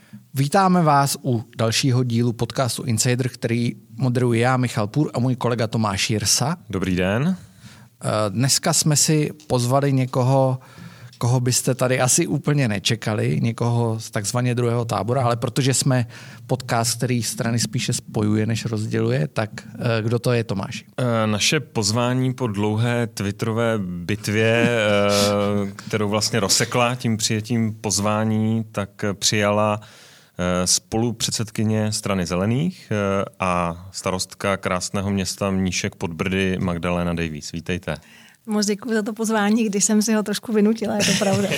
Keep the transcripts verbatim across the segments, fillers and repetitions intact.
Vítáme vás u dalšího dílu podcastu Insider, který moderuji já, Michal Půr, a můj kolega Tomáš Jirsa. Dobrý den. Dneska jsme si pozvali někoho, koho byste tady asi úplně nečekali, někoho z takzvaně druhého tábora, ale protože jsme podcast, který strany spíše spojuje, než rozděluje, tak kdo to je, Tomáši? Naše pozvání po dlouhé twitterové bitvě, kterou vlastně rozsekla tím přijetím pozvání, tak přijala spolupředsedkyně Strany zelených a starostka krásného města Mníšek pod Brdy Magdalena Davies. Vítejte. Moc děkuji za to pozvání, když jsem si ho trošku vynutila, je to pravda.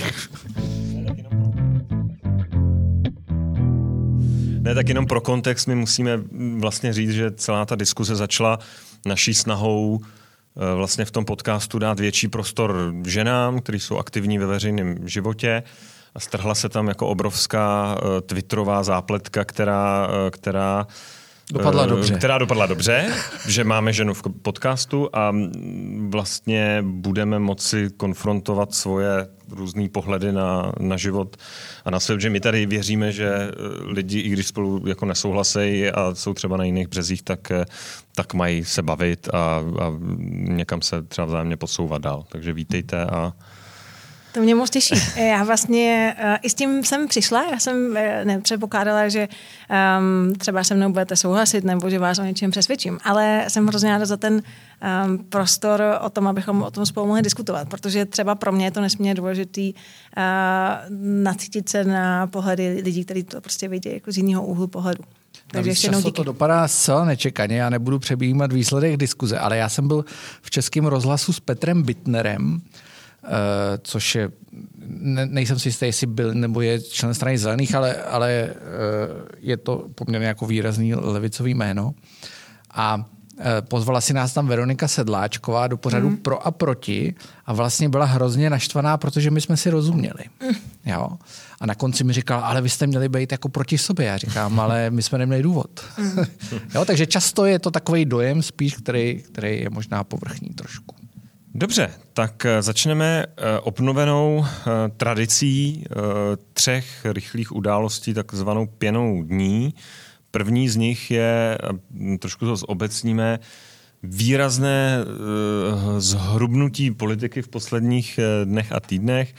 Ne, tak jenom pro kontext my musíme vlastně říct, že celá ta diskuse začala naší snahou vlastně v tom podcastu dát větší prostor ženám, kteří jsou aktivní ve veřejném životě, a strhla se tam jako obrovská twitterová zápletka, která, která Dopadla dobře. Která dopadla dobře, že máme ženu v podcastu a vlastně budeme moci konfrontovat svoje různý pohledy na, na život a na svět, že my tady věříme, že lidi, i když spolu jako nesouhlasejí a jsou třeba na jiných březích, tak, tak mají se bavit a, a někam se třeba vzájemně posouvat dál. Takže vítejte a to mě moc těší. Já vlastně uh, i s tím jsem přišla, já jsem uh, nepředpokládala, že um, třeba se mnou budete souhlasit nebo že vás o něčem přesvědčím, ale jsem hrozně ráda za ten um, prostor o tom, abychom o tom spolu mohli diskutovat, protože třeba pro mě je to nesmírně důležitý uh, nacítit se na pohledy lidí, kteří to prostě vidí jako z jiného úhlu pohledu. Takže ještě často to dopadá zcela nečekaně, já nebudu přebímat výsledek diskuze, ale já jsem byl v Českém rozhlasu s Petrem Bittnerem, Uh, což je, ne, nejsem si jistý, jestli byl nebo je člen Strany zelených, ale, ale uh, je to poměrně jako výrazný levicový jméno. A uh, pozvala si nás tam Veronika Sedláčková do pořadu mm. Pro a proti a vlastně byla hrozně naštvaná, protože my jsme si rozuměli. Mm. Jo? A na konci mi říkala, ale vy jste měli být jako proti sobě. Já říkám, ale my jsme neměli důvod. Mm. Jo? Takže často je to takový dojem spíš, který, který je možná povrchní trošku. Dobře, tak začneme obnovenou tradicí třech rychlých událostí, takzvanou pěnou dní. První z nich je, trošku to zobecníme, výrazné zhrubnutí politiky v posledních dnech a týdnech.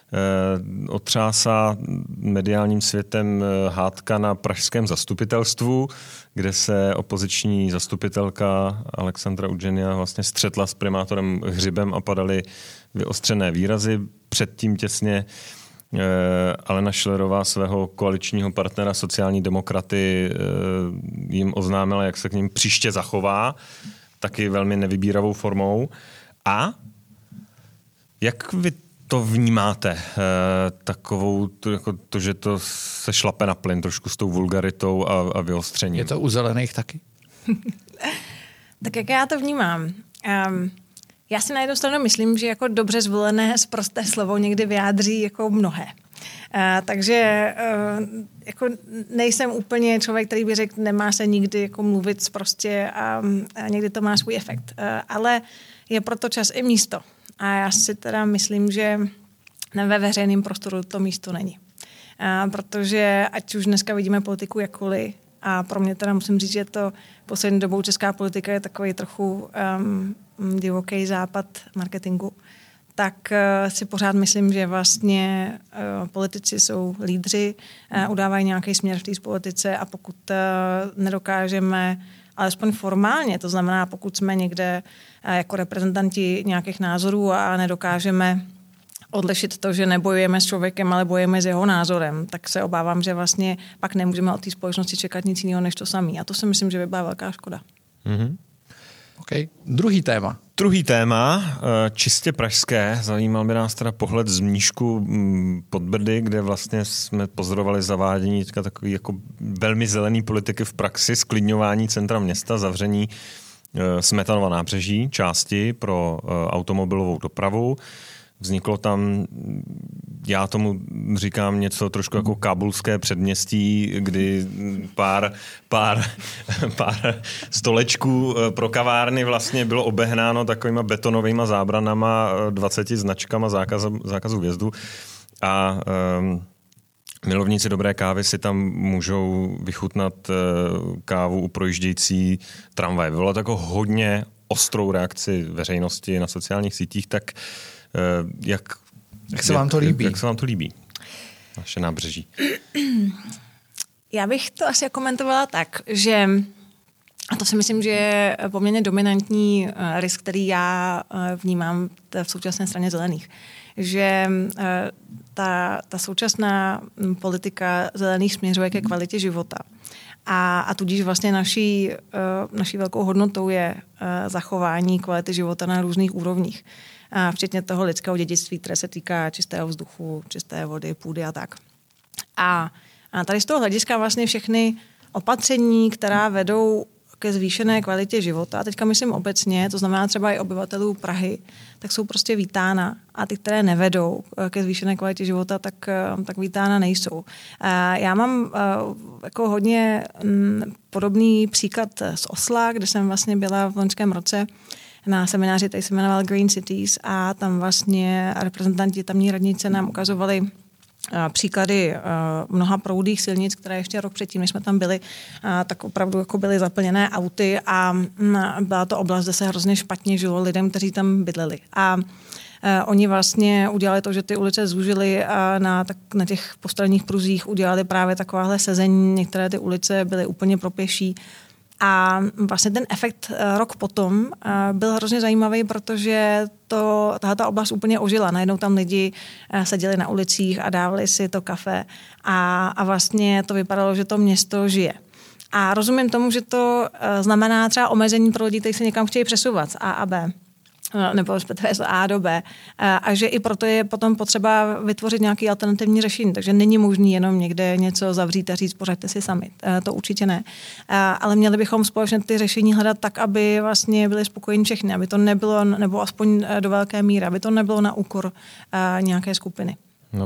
Otřásá mediálním světem hádka na pražském zastupitelstvu, kde se opoziční zastupitelka Alexandra Udženia vlastně střetla s primátorem Hřibem a padaly vyostřené výrazy. Předtím těsně Alena Schillerová svého koaličního partnera sociální demokraty jim oznámila, jak se k ním příště zachová, taky velmi nevybíravou formou. A jak vy to vnímáte, eh, takovou, to, jako to, že to se šlape na plyn trošku s tou vulgaritou a, a vyostřením? Je to u zelených taky? Tak jak já to vnímám? Um, já si na jednu stranu myslím, že jako dobře zvolené sprosté slovo někdy vyjádří jako mnohé. Uh, takže uh, jako nejsem úplně člověk, který by řekl, nemá se nikdy jako mluvit sprostě a, a někdy to má svůj efekt. Uh, ale je proto čas i místo. A já si teda myslím, že ve veřejném prostoru to místo není. A protože ať už dneska vidíme politiku jakkoliv, a pro mě teda musím říct, že to poslední dobou česká politika je takový trochu um, divoký západ marketingu, tak uh, si pořád myslím, že vlastně uh, politici jsou lídři, uh, udávají nějaký směr v té politice a pokud uh, nedokážeme alespoň formálně, to znamená, pokud jsme někde jako reprezentanti nějakých názorů a nedokážeme odlišit to, že nebojujeme s člověkem, ale bojujeme s jeho názorem, tak se obávám, že vlastně pak nemůžeme od té společnosti čekat nic jiného než to samé. A to si myslím, že by byla velká škoda. Mm-hmm. Okay. Druhý téma. Druhý téma, čistě pražské, zajímal by nás teda pohled z Mníšku pod Brdy, kde vlastně jsme pozorovali zavádění takový jako velmi zelený politiky v praxi, sklidňování centra města, zavření Smetanova nábřeží, části pro automobilovou dopravu. Vzniklo tam, já tomu říkám něco trošku jako kábulské předměstí, kdy pár, pár, pár stolečků pro kavárny vlastně bylo obehnáno takovýma betonovýma zábranama, dvaceti značkama zákazu, zákazu vjezdu a um, milovníci dobré kávy si tam můžou vychutnat kávu u projíždějící tramvaje. Bylo to jako hodně ostrou reakci veřejnosti na sociálních sítích, tak jak, jak se vám to líbí? Jak, jak se vám to líbí? Naše nábřeží. Já bych to asi komentovala tak, že a to si myslím, že je poměrně dominantní risk, který já vnímám v současné straně zelených. Že ta, ta současná politika zelených směřuje ke kvalitě života. A, a tudíž vlastně naší, naší velkou hodnotou je zachování kvality života na různých úrovních. A včetně toho lidského dědictví, které se týká čistého vzduchu, čisté vody, půdy a tak. A, a tady z toho hlediska vlastně všechny opatření, která vedou ke zvýšené kvalitě života, a teďka myslím obecně, to znamená třeba i obyvatelů Prahy, tak jsou prostě vítána. A ty, které nevedou ke zvýšené kvalitě života, tak, tak vítána nejsou. Já mám jako hodně podobný příklad z Osla, kde jsem vlastně byla v loňském roce na semináři, který se jmenoval Green Cities, a tam vlastně reprezentanti tamní radnice nám ukazovali příklady mnoha proudých silnic, které ještě rok předtím, než jsme tam byli, tak opravdu jako byly zaplněné auty a byla to oblast, kde se hrozně špatně žilo lidem, kteří tam bydleli. A oni vlastně udělali to, že ty ulice zúžily a na, tak, na těch postavních pruzích udělali právě takováhle sezení. Některé ty ulice byly úplně pro pěší. A vlastně ten efekt rok potom byl hrozně zajímavý, protože to, tato oblast úplně ožila. Najednou tam lidi seděli na ulicích a dávali si to kafe a, a vlastně to vypadalo, že to město žije. A rozumím tomu, že to znamená třeba omezení pro lidi, kteří se někam chtějí přesouvat z A a B. Nebo respektive z A do B. A že i proto je potom potřeba vytvořit nějaké alternativní řešení. Takže není možný jenom někde něco zavřít a říct, pořaďte si sami. To určitě ne. Ale měli bychom společně ty řešení hledat tak, aby vlastně byli spokojení všechny. Aby to nebylo, nebo aspoň do velké míry, aby to nebylo na úkor nějaké skupiny. No,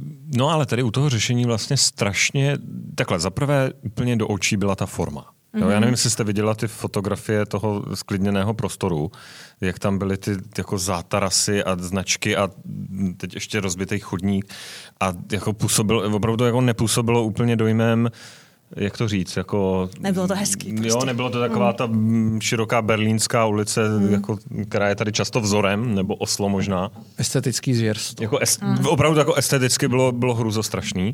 no ale tady u toho řešení vlastně strašně, takhle, zaprvé úplně do očí byla ta forma. Jo, já nevím, jestli jste viděla ty fotografie toho sklidněného prostoru, jak tam byly ty jako zátarasy a značky a teď ještě rozbitý chodník a jako působilo, opravdu jako nepůsobilo úplně dojmem, jak to říct, jako... Nebylo to hezký prostě. Jo, nebylo to taková ta široká berlínská ulice, mm. jako, která je tady často vzorem, nebo Oslo možná. Estetický zvěrstvo. Jako est, mm. Opravdu jako esteticky bylo, bylo hruzostrašný.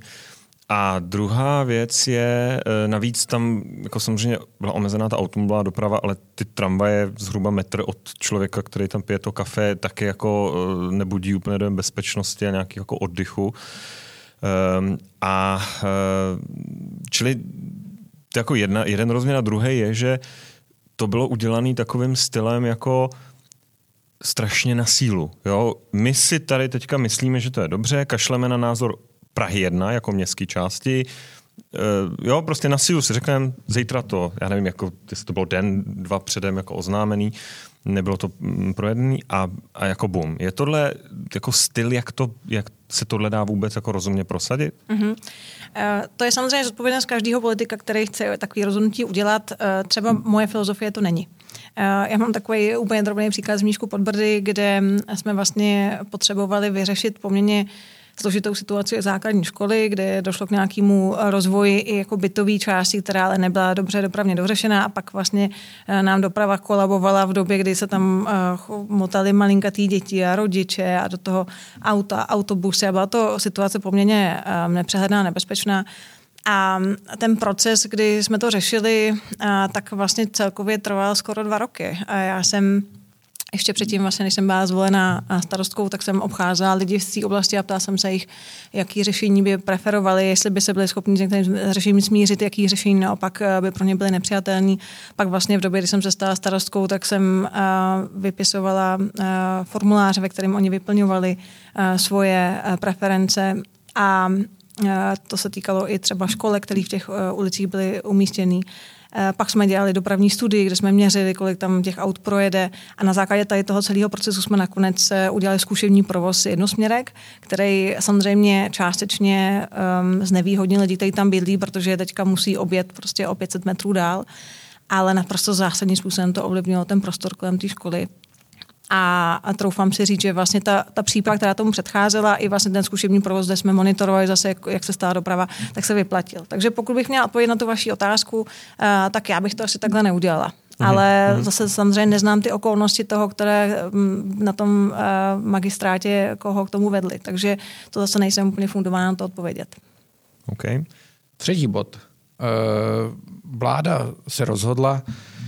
A druhá věc je, navíc tam jako samozřejmě byla omezená ta automobilová doprava, ale ty tramvaje zhruba metr od člověka, který tam pije to kafe, taky jako nebudí úplně dojem bezpečnosti a nějaký jako oddychu. A čili to jako jedna, jeden rozměr a druhý je, že to bylo udělané takovým stylem jako strašně na sílu. Jo? My si tady teďka myslíme, že to je dobře, kašleme na názor Prahy jedna jako městské části. E, jo, prostě na sílu si řekneme, zítra to, já nevím, jako, jestli to bylo den, dva předem jako oznámený, nebylo to projedný a, a jako bum. Je tohle jako styl, jak, to, jak se tohle dá vůbec jako rozumně prosadit? Mm-hmm. E, to je samozřejmě zodpovědnost každého politika, který chce takový rozhodnutí udělat. E, třeba moje filozofie to není. E, já mám takový úplně drobný příklad z Mníšku pod Brdy, kde jsme vlastně potřebovali vyřešit poměrně složitou situaci základní školy, kde došlo k nějakému rozvoji i jako bytový části, která ale nebyla dobře dopravně dořešená a pak vlastně nám doprava kolabovala v době, kdy se tam motali malinkatý děti a rodiče a do toho auta, autobusy a byla to situace poměrně nepřehledná, nebezpečná. A ten proces, kdy jsme to řešili, tak vlastně celkově trval skoro dva roky. A já jsem ještě předtím, vlastně, než jsem byla zvolená starostkou, tak jsem obcházela lidi z té oblasti a ptala jsem se jich, jaký řešení by preferovali, jestli by se byli schopni s některým řešením smířit, jaký řešení naopak by pro ně byly nepřijatelný. Pak vlastně v době, kdy jsem se stala starostkou, tak jsem vypisovala formuláře, ve kterém oni vyplňovali svoje preference a to se týkalo i třeba školek, které v těch ulicích byly umístěny. Pak jsme dělali dopravní studii, kde jsme měřili, kolik tam těch aut projede a na základě tady toho celého procesu jsme nakonec udělali zkušební provoz jednosměrek, který samozřejmě částečně um, znevýhodnil lidi, kteří tam bydlí, protože teďka musí objet prostě o pět set metrů dál, ale naprosto zásadním způsobem to ovlivnilo ten prostor kolem té školy. A, a troufám si říct, že vlastně ta, ta příprava, která tomu předcházela, i vlastně ten zkušební provoz, kde jsme monitorovali zase, jak, jak se stala doprava, tak se vyplatil. Takže pokud bych měla odpovědět na tu vaši otázku, uh, tak já bych to asi takhle neudělala. Mm-hmm. Ale zase samozřejmě neznám ty okolnosti toho, které na tom uh, magistrátě koho k tomu vedli. Takže to zase nejsem úplně fundovaná na to odpovědět. Okay. Třetí bod. Uh, vláda se rozhodla,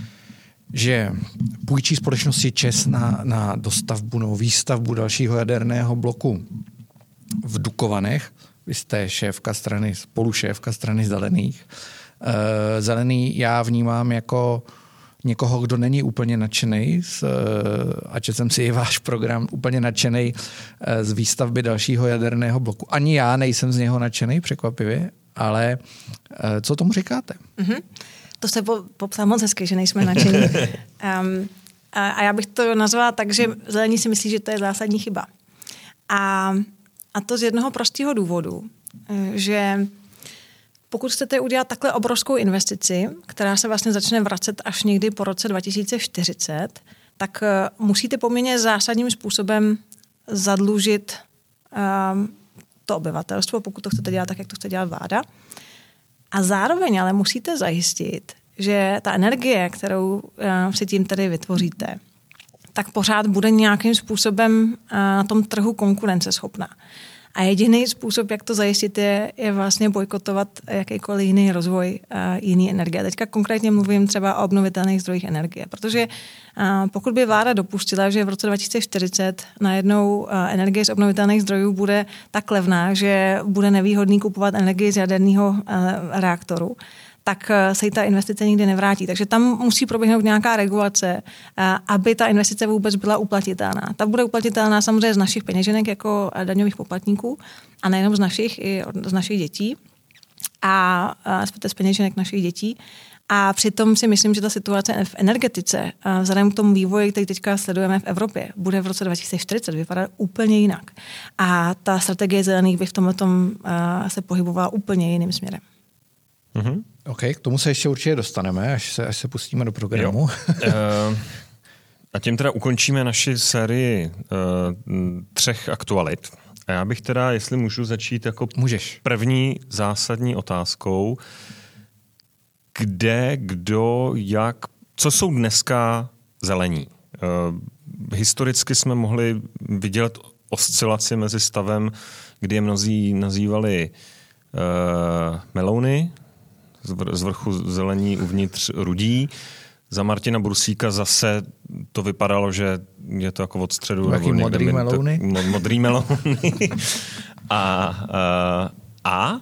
že půjčí společnosti ČEZ na, na dostavbu nebo výstavbu dalšího jaderného bloku v Dukovanech. Vy jste šéfka strany, spolušéfka strany Zelených. E, Zelený já vnímám jako někoho, kdo není úplně nadšený, z, a četl jsem si i váš program, úplně nadšený z výstavby dalšího jaderného bloku. Ani já nejsem z něho nadšený, překvapivě, ale co tomu říkáte? Mm-hmm. To se popsal moc hezky, že nejsme nadšení. Um, a, a já bych to nazvala tak, že Zelení si myslí, že to je zásadní chyba. A, a to z jednoho prostého důvodu, že pokud chcete udělat takhle obrovskou investici, která se vlastně začne vracet až někdy po roce dva tisíce čtyřicet, tak musíte poměrně zásadním způsobem zadlužit um, to obyvatelstvo, pokud to chcete dělat tak, jak to chce dělat vláda. A zároveň ale musíte zajistit, že ta energie, kterou uh, si tím tedy vytvoříte, tak pořád bude nějakým způsobem uh, na tom trhu konkurenceschopná. A jediný způsob, jak to zajistit, je, je vlastně bojkotovat jakýkoliv jiný rozvoj uh, jiný energie. Teďka konkrétně mluvím třeba o obnovitelných zdrojích energie, protože uh, pokud by vláda dopustila, že v roce dva tisíce čtyřicet najednou uh, energie z obnovitelných zdrojů bude tak levná, že bude nevýhodný kupovat energii z jaderného uh, reaktoru, tak se jí ta investice nikdy nevrátí. Takže tam musí proběhnout nějaká regulace, aby ta investice vůbec byla uplatitelná. Ta bude uplatitelná samozřejmě z našich peněženek jako daňových poplatníků a nejenom z našich, i z našich dětí a z peněženek našich dětí. A přitom si myslím, že ta situace v energetice, vzhledem k tomu vývoji, který teďka sledujeme v Evropě, bude v roce dva tisíce čtyřicet vypadat úplně jinak. A ta strategie Zelených by v tomhle tom se pohybovala úplně jiným směrem. Mm-hmm. OK, k tomu se ještě určitě dostaneme, až se, až se pustíme do programu. uh, a tím teda ukončíme naši sérii uh, třech aktualit. A já bych teda, jestli můžu začít jako Můžeš. první zásadní otázkou, kde, kdo, jak, co jsou dneska zelení? Uh, historicky jsme mohli vidět oscilaci mezi stavem, kdy je mnozí nazývali uh, melouny, z vrchu zelení, uvnitř rudí. Za Martina Bursíka zase to vypadalo, že je to jako od středu. Jaký modrý někde, melouny? To, modrý melouny. a, a, a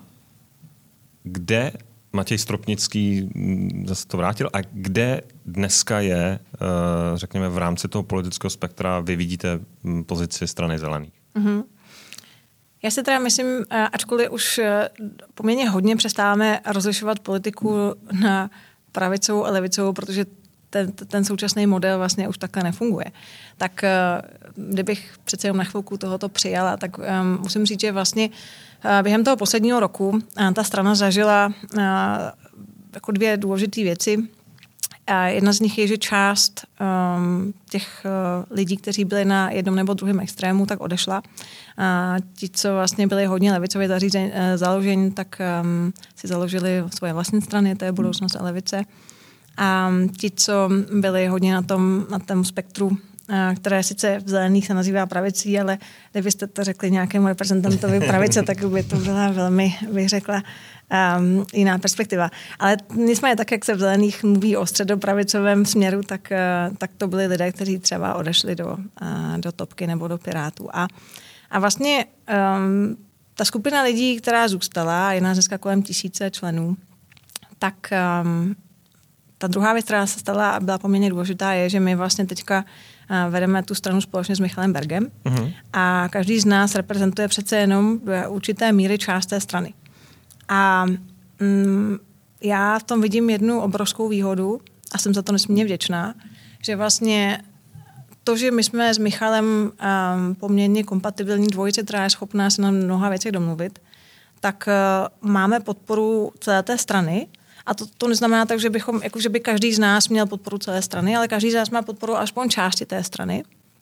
kde Matěj Stropnický zase to vrátil a kde dneska je, řekněme, v rámci toho politického spektra vy vidíte pozici strany zelených? Mm-hmm. Já si teda myslím, ačkoliv už poměrně hodně přestáváme rozlišovat politiku na pravicovou a levicovou, protože ten, ten současný model vlastně už takhle nefunguje. Tak kdybych přece jenom na chvilku tohoto přijala, tak um, musím říct, že vlastně uh, během toho posledního roku uh, ta strana zažila uh, jako dvě důležité věci. A jedna z nich je, že část um, těch uh, lidí, kteří byli na jednom nebo druhém extrému, tak odešla. A ti, co vlastně byli hodně levicově zařízení, uh, založení, tak um, si založili svoje vlastní strany, to je Budoucnost a levice. A ti, co byli hodně na tom, na tom spektru, uh, které sice v zelených se nazývá pravicí, ale kdybyste to řekli nějakému reprezentantovi pravice, tak by to byla velmi, bych řekla, Um, jiná perspektiva. Ale nicméně tak, jak se v zelených mluví o středopravicovém směru, tak, uh, tak to byli lidé, kteří třeba odešli do, uh, do topky nebo do Pirátů. A, a vlastně um, ta skupina lidí, která zůstala, je nás dneska kolem tisíce členů, tak um, ta druhá věc, která se stala a byla poměrně důležitá, je, že my vlastně teďka uh, vedeme tu stranu společně s Michalem Bergem uh-huh. a každý z nás reprezentuje přece jenom do určité míry část té strany. A mm, já v tom vidím jednu obrovskou výhodu a jsem za to nesmírně vděčná, že vlastně to, že my jsme s Michalem um, poměrně kompatibilní dvojice, která je schopná se na mnoha věcech domluvit, tak uh, máme podporu celé té strany. A to, to neznamená tak, že, bychom, jako, že by každý z nás měl podporu celé strany, ale každý z nás má podporu aspoň části té strany.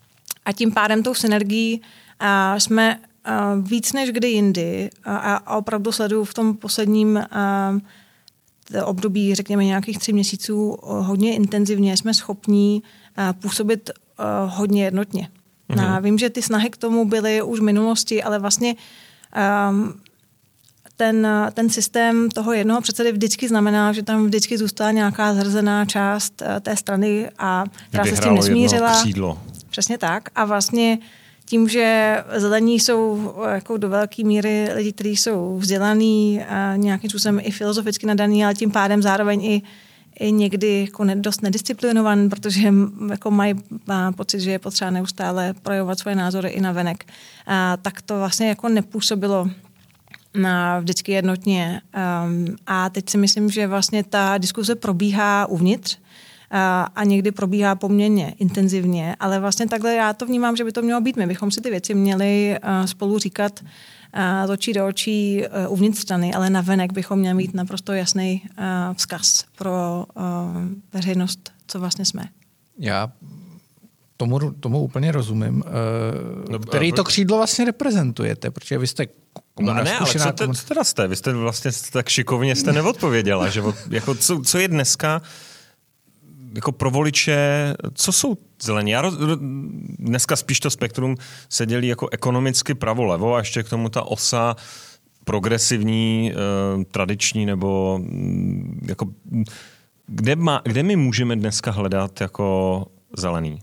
A tím pádem tou synergií uh, jsme uh, víc než kdy jindy uh, a opravdu sleduju v tom posledním uh, období, řekněme nějakých tři měsíců, uh, hodně intenzivně jsme schopní uh, působit uh, hodně jednotně. Mm-hmm. Uh, vím, že ty snahy k tomu byly už v minulosti, ale vlastně um, ten, ten systém toho jednoho předsedy vždycky znamená, že tam vždycky zůstala nějaká zhrzená část uh, té strany, a která se s tím nesmířila. Přesně tak. A vlastně tím, že zelení jsou jako do velké míry lidi, kteří jsou vzdělaný a nějakým způsobem i filozoficky nadaný, ale tím pádem zároveň i, i někdy jako dost nedisciplinovaný, protože jako mají má pocit, že je potřeba neustále projevovat svoje názory i navenek. A tak to vlastně jako nepůsobilo na vždycky jednotně. Um, a teď si myslím, že vlastně ta diskuze probíhá uvnitř a, a někdy probíhá poměrně intenzivně, ale vlastně takhle já to vnímám, že by to mělo být. My bychom si ty věci měli uh, spolu říkat uh, z očí do očí uh, uvnitř strany, ale navenek bychom měli mít naprosto jasný uh, vzkaz pro uh, veřejnost, co vlastně jsme. Já tomu, tomu úplně rozumím. Uh, který to křídlo vlastně reprezentujete, protože vy jste No ne, ale co, te, co teda jste? Vy jste vlastně tak šikovně jste neodpověděla, že jako co, co je dneska jako pro voliče, co jsou zelení? Já roz, dneska spíš to spektrum se dělí jako ekonomicky pravo-levo a ještě k tomu ta osa progresivní, eh, tradiční nebo jako kde, má, kde my můžeme dneska hledat jako zelený?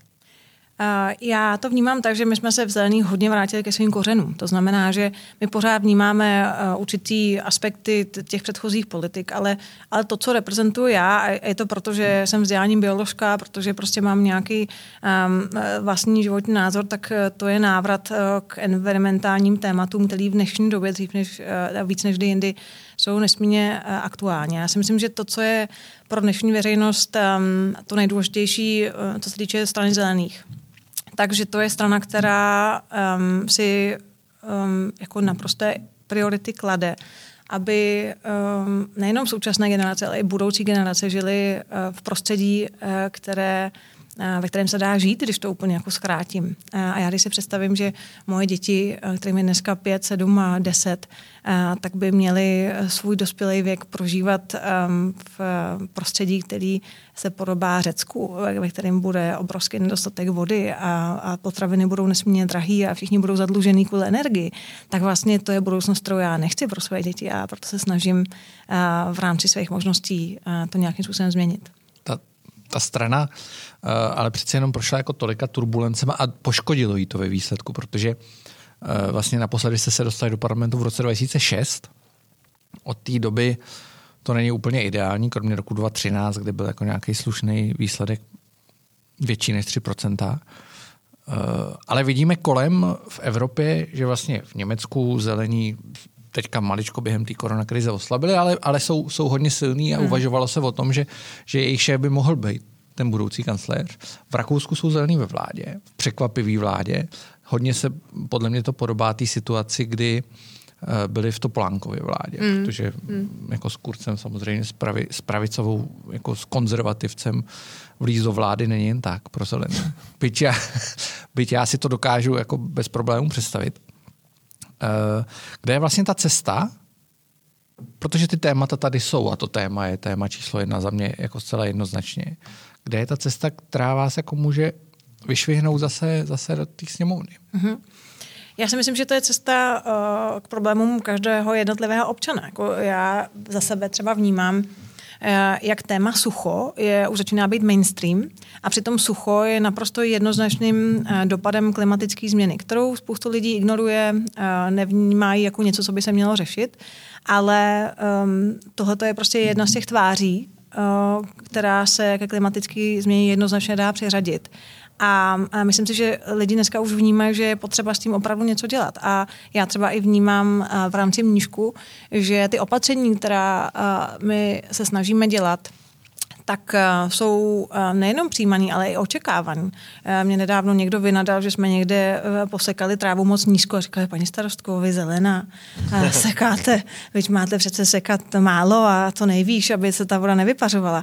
Já to vnímám tak, že my jsme se v zelených hodně vrátili ke svým kořenům. To znamená, že my pořád vnímáme určitý aspekty těch předchozích politik, ale, ale to, co reprezentuju já, a je to proto, že jsem vzděláním bioložka, protože prostě mám nějaký um, vlastní životní názor, tak to je návrat uh, k environmentálním tématům, který v dnešní době dřív než, uh, víc než kdy jindy jsou nesmírně uh, aktuální. Já si myslím, že to, co je pro dnešní veřejnost um, to nejdůležitější, uh, co se týče strany zelených, takže to je strana, která um, si um, jako naprosté priority klade, aby um, nejenom současné generace, ale i budoucí generace žili uh, v prostředí, uh, které, uh, ve kterém se dá žít, když to úplně jako zkrátím. Uh, a já když si představím, že moje děti, uh, kterým je dneska pět, sedm a deset, uh, tak by měli svůj dospělý věk prožívat um, v prostředí, který se podobá Řecku, ve kterém bude obrovský nedostatek vody a, a potraviny budou nesmírně drahý a všichni budou zadlužený kvůli energii, tak vlastně to je budoucnost, kterou já nechci pro své děti a proto se snažím uh, v rámci svých možností uh, to nějakým způsobem změnit. Ta, ta strana uh, ale přece jenom prošla jako tolika turbulencema a poškodilo jí to ve výsledku, protože uh, vlastně naposledy jste se dostali do parlamentu v roce dva tisíce šest. Od té doby to není úplně ideální, kromě roku dva tisíce třináct, kde byl jako nějaký slušný výsledek větší než tři procenta. Uh, ale vidíme kolem v Evropě, že vlastně v Německu zelení teďka maličko během té koronakrize oslabili, ale, ale jsou, jsou hodně silní a hmm. uvažovalo se o tom, že, že jejich šéf by mohl být ten budoucí kancléř. V Rakousku jsou zelení ve vládě, v překvapivý vládě. Hodně se podle mě to podobá té situaci, kdy byli v Topolánkově vládě, mm. protože mm. jako s Kurzem samozřejmě s, pravi, s pravicovou, jako s konzervativcem vlíz do vlády není jen tak pro zelené. Byť já, byť já si to dokážu jako bez problémů představit. Uh, kde je vlastně ta cesta? Protože ty témata tady jsou a to téma je téma číslo jedna za mě jako zcela jednoznačně. Kde je ta cesta, která vás jako může vyšvihnout zase, zase do té sněmovny? Mm-hmm. Já si myslím, že to je cesta uh, k problémům každého jednotlivého občana. Jako já za sebe třeba vnímám, uh, jak téma sucho je, už začíná být mainstream a přitom sucho je naprosto jednoznačným uh, dopadem klimatické změny, kterou spoustu lidí ignoruje, uh, nevnímají jako něco, co by se mělo řešit, ale um, tohle je prostě jedna z těch tváří, uh, která se ke klimatické změně jednoznačně dá přiřadit. A, a myslím si, že lidi dneska už vnímají, že je potřeba s tím opravdu něco dělat. A já třeba i vnímám v rámci mnížku, že ty opatření, která my se snažíme dělat, tak jsou nejenom přijímaný, ale i očekávaný. Mě nedávno někdo vynadal, že jsme někde posekali trávu moc nízko a říkali, paní starostko, vy zelená, sekáte, vy máte přece sekat málo a to nejvíš, aby se ta voda nevypařovala.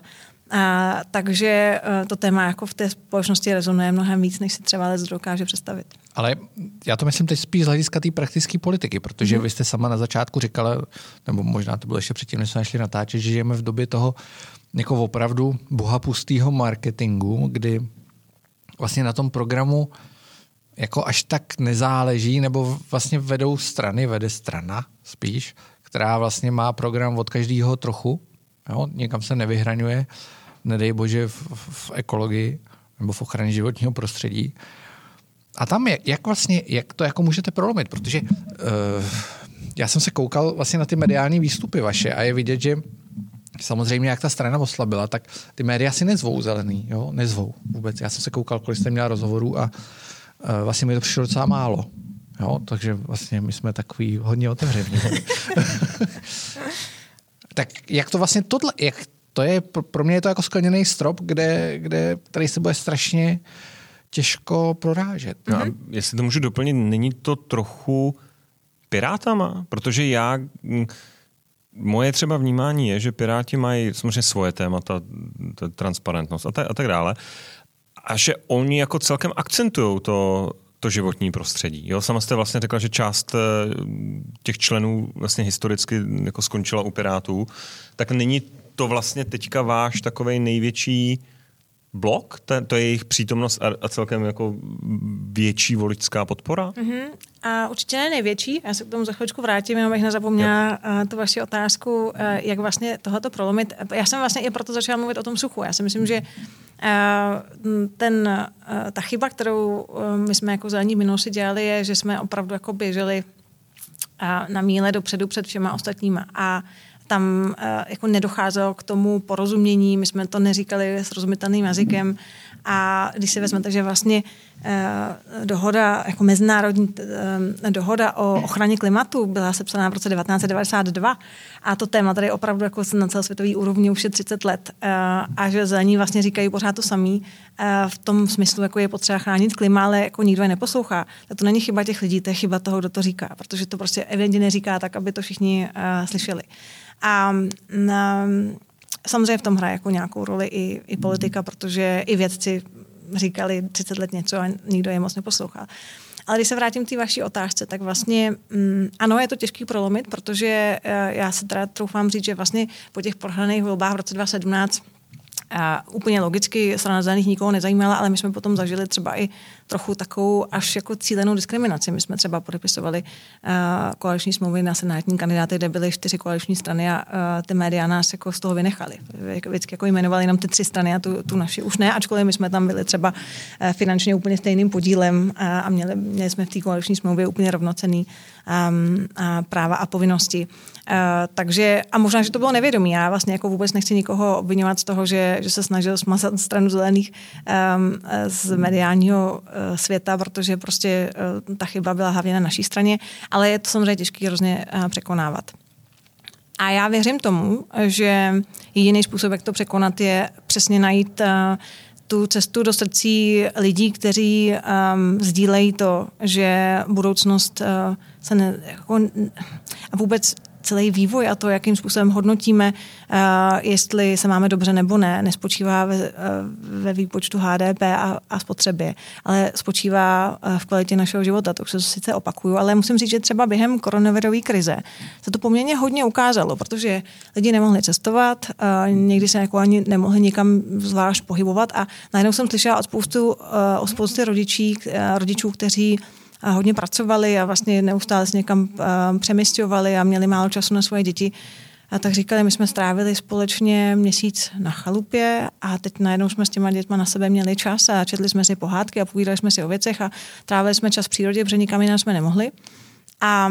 A, takže to téma jako v té společnosti rezonuje mnohem víc, než si třeba les dokáže představit. Ale já to myslím teď spíš z hlediska té praktické politiky, protože mm. vy jste sama na začátku říkala, nebo možná to bylo ještě předtím, než jsme šli natáčet, že žijeme v době toho jako opravdu bohapustého marketingu, kdy vlastně na tom programu jako až tak nezáleží, nebo vlastně vedou strany, vede strana spíš, která vlastně má program od každého trochu, jo, někam se nevyhraňuje, nedej bože v, v ekologii nebo v ochraně životního prostředí. A tam je, jak vlastně, jak to jako můžete prolomit, protože uh, já jsem se koukal vlastně na ty mediální výstupy vaše a je vidět, že samozřejmě, jak ta strana oslabila, tak ty média si nezvou zelený, jo, nezvou vůbec. Já jsem se koukal, kolik jste měla rozhovorů a uh, vlastně mi to přišlo docela málo. Jo, takže vlastně my jsme takový hodně otevření. Tak jak to vlastně tohle, jak to je, pro mě je to jako skleněný strop, kde, kde tady se bude strašně těžko prorážet. No a jestli to můžu doplnit, není to trochu Pirátama? Protože já, moje třeba vnímání je, že Piráti mají samozřejmě svoje témata, transparentnost a, tak, a tak dále, a že oni jako celkem akcentují to, to životní prostředí. Jo, sama jste vlastně řekla, že část těch členů vlastně historicky jako skončila u Pirátů, tak není to vlastně teďka váš takovej největší blok? To je jejich přítomnost a celkem jako větší voličská podpora? Mm-hmm. A určitě ne největší. Já se k tomu za chvíličku vrátím, jenom bych nezapomněla yep. tu vaši otázku, jak vlastně tohoto prolomit. Já jsem vlastně i proto začala mluvit o tom suchu. Já si myslím, že ten, ta chyba, kterou my jsme jako zelení minulosti dělali, je, že jsme opravdu jako běželi na míle dopředu před všema ostatníma. A tam jako nedocházelo k tomu porozumění, my jsme to neříkali srozumitelným jazykem a když si vezmete, že vlastně dohoda, jako mezinárodní dohoda o ochraně klimatu byla sepsaná v roce devatenáct set devadesát dva a to téma tady opravdu jako na celosvětový úrovni už je třicet let a že zelení vlastně říkají pořád to samý v tom smyslu, jako je potřeba chránit klima, ale jako nikdo je neposlouchá. To není chyba těch lidí, to je chyba toho, kdo to říká, protože to prostě evidentně neříká tak, aby to všichni slyšeli. A samozřejmě v tom hraje jako nějakou roli i, i politika, protože i vědci říkali třicet let něco a nikdo je moc neposlouchal. Ale když se vrátím k té vaší otázce, tak vlastně mm, ano, je to těžký prolomit, protože já se teda troufám říct, že vlastně po těch prohraných volbách v roce dva tisíce sedmnáct a úplně logicky strana zelených nikoho nezajímala, ale my jsme potom zažili třeba i trochu takovou až jako cílenou diskriminaci. My jsme třeba podepisovali uh, koaliční smlouvy na senátní kandidáty, kde byly čtyři koaliční strany a uh, ty média nás jako z toho vynechali. Vždycky jako jmenovali jenom ty tři strany a tu, tu naši už ne, ačkoliv my jsme tam byli třeba uh, finančně úplně stejným podílem uh, a měli, měli jsme v té koaliční smlouvě úplně rovnocenný um, a práva a povinnosti. Uh, takže, a možná, že to bylo nevědomí. Já vlastně jako vůbec nechci nikoho obvinovat z toho, že, že se snažil smazat stranu zelených um, z mediálního uh, světa, protože prostě uh, ta chyba byla hlavně na naší straně, ale je to samozřejmě těžké hrozně uh, překonávat. A já věřím tomu, že jediný způsob, jak to překonat, je přesně najít uh, tu cestu do srdcí lidí, kteří um, sdílejí to, že budoucnost uh, se ne, jako, a vůbec celý vývoj a to, jakým způsobem hodnotíme, uh, jestli se máme dobře nebo ne, nespočívá ve, uh, ve výpočtu H D P a, a spotřebě, ale spočívá uh, v kvalitě našeho života. To už se sice opakuju, ale musím říct, že třeba během koronavirové krize se to poměrně hodně ukázalo, protože lidi nemohli cestovat, uh, někdy se jako ani nemohli nikam zvlášť pohybovat a najednou jsem slyšela od spoustu, uh, o spousty rodičí, uh, rodičů, kteří a hodně pracovali a vlastně neustále se někam uh, přemysťovali a měli málo času na svoje děti. A tak říkali, my jsme strávili společně měsíc na chalupě a teď najednou jsme s těma dětma na sebe měli čas a četli jsme si pohádky a povídali jsme si o věcech a trávili jsme čas v přírodě, protože nikam jinam jsme nemohli. A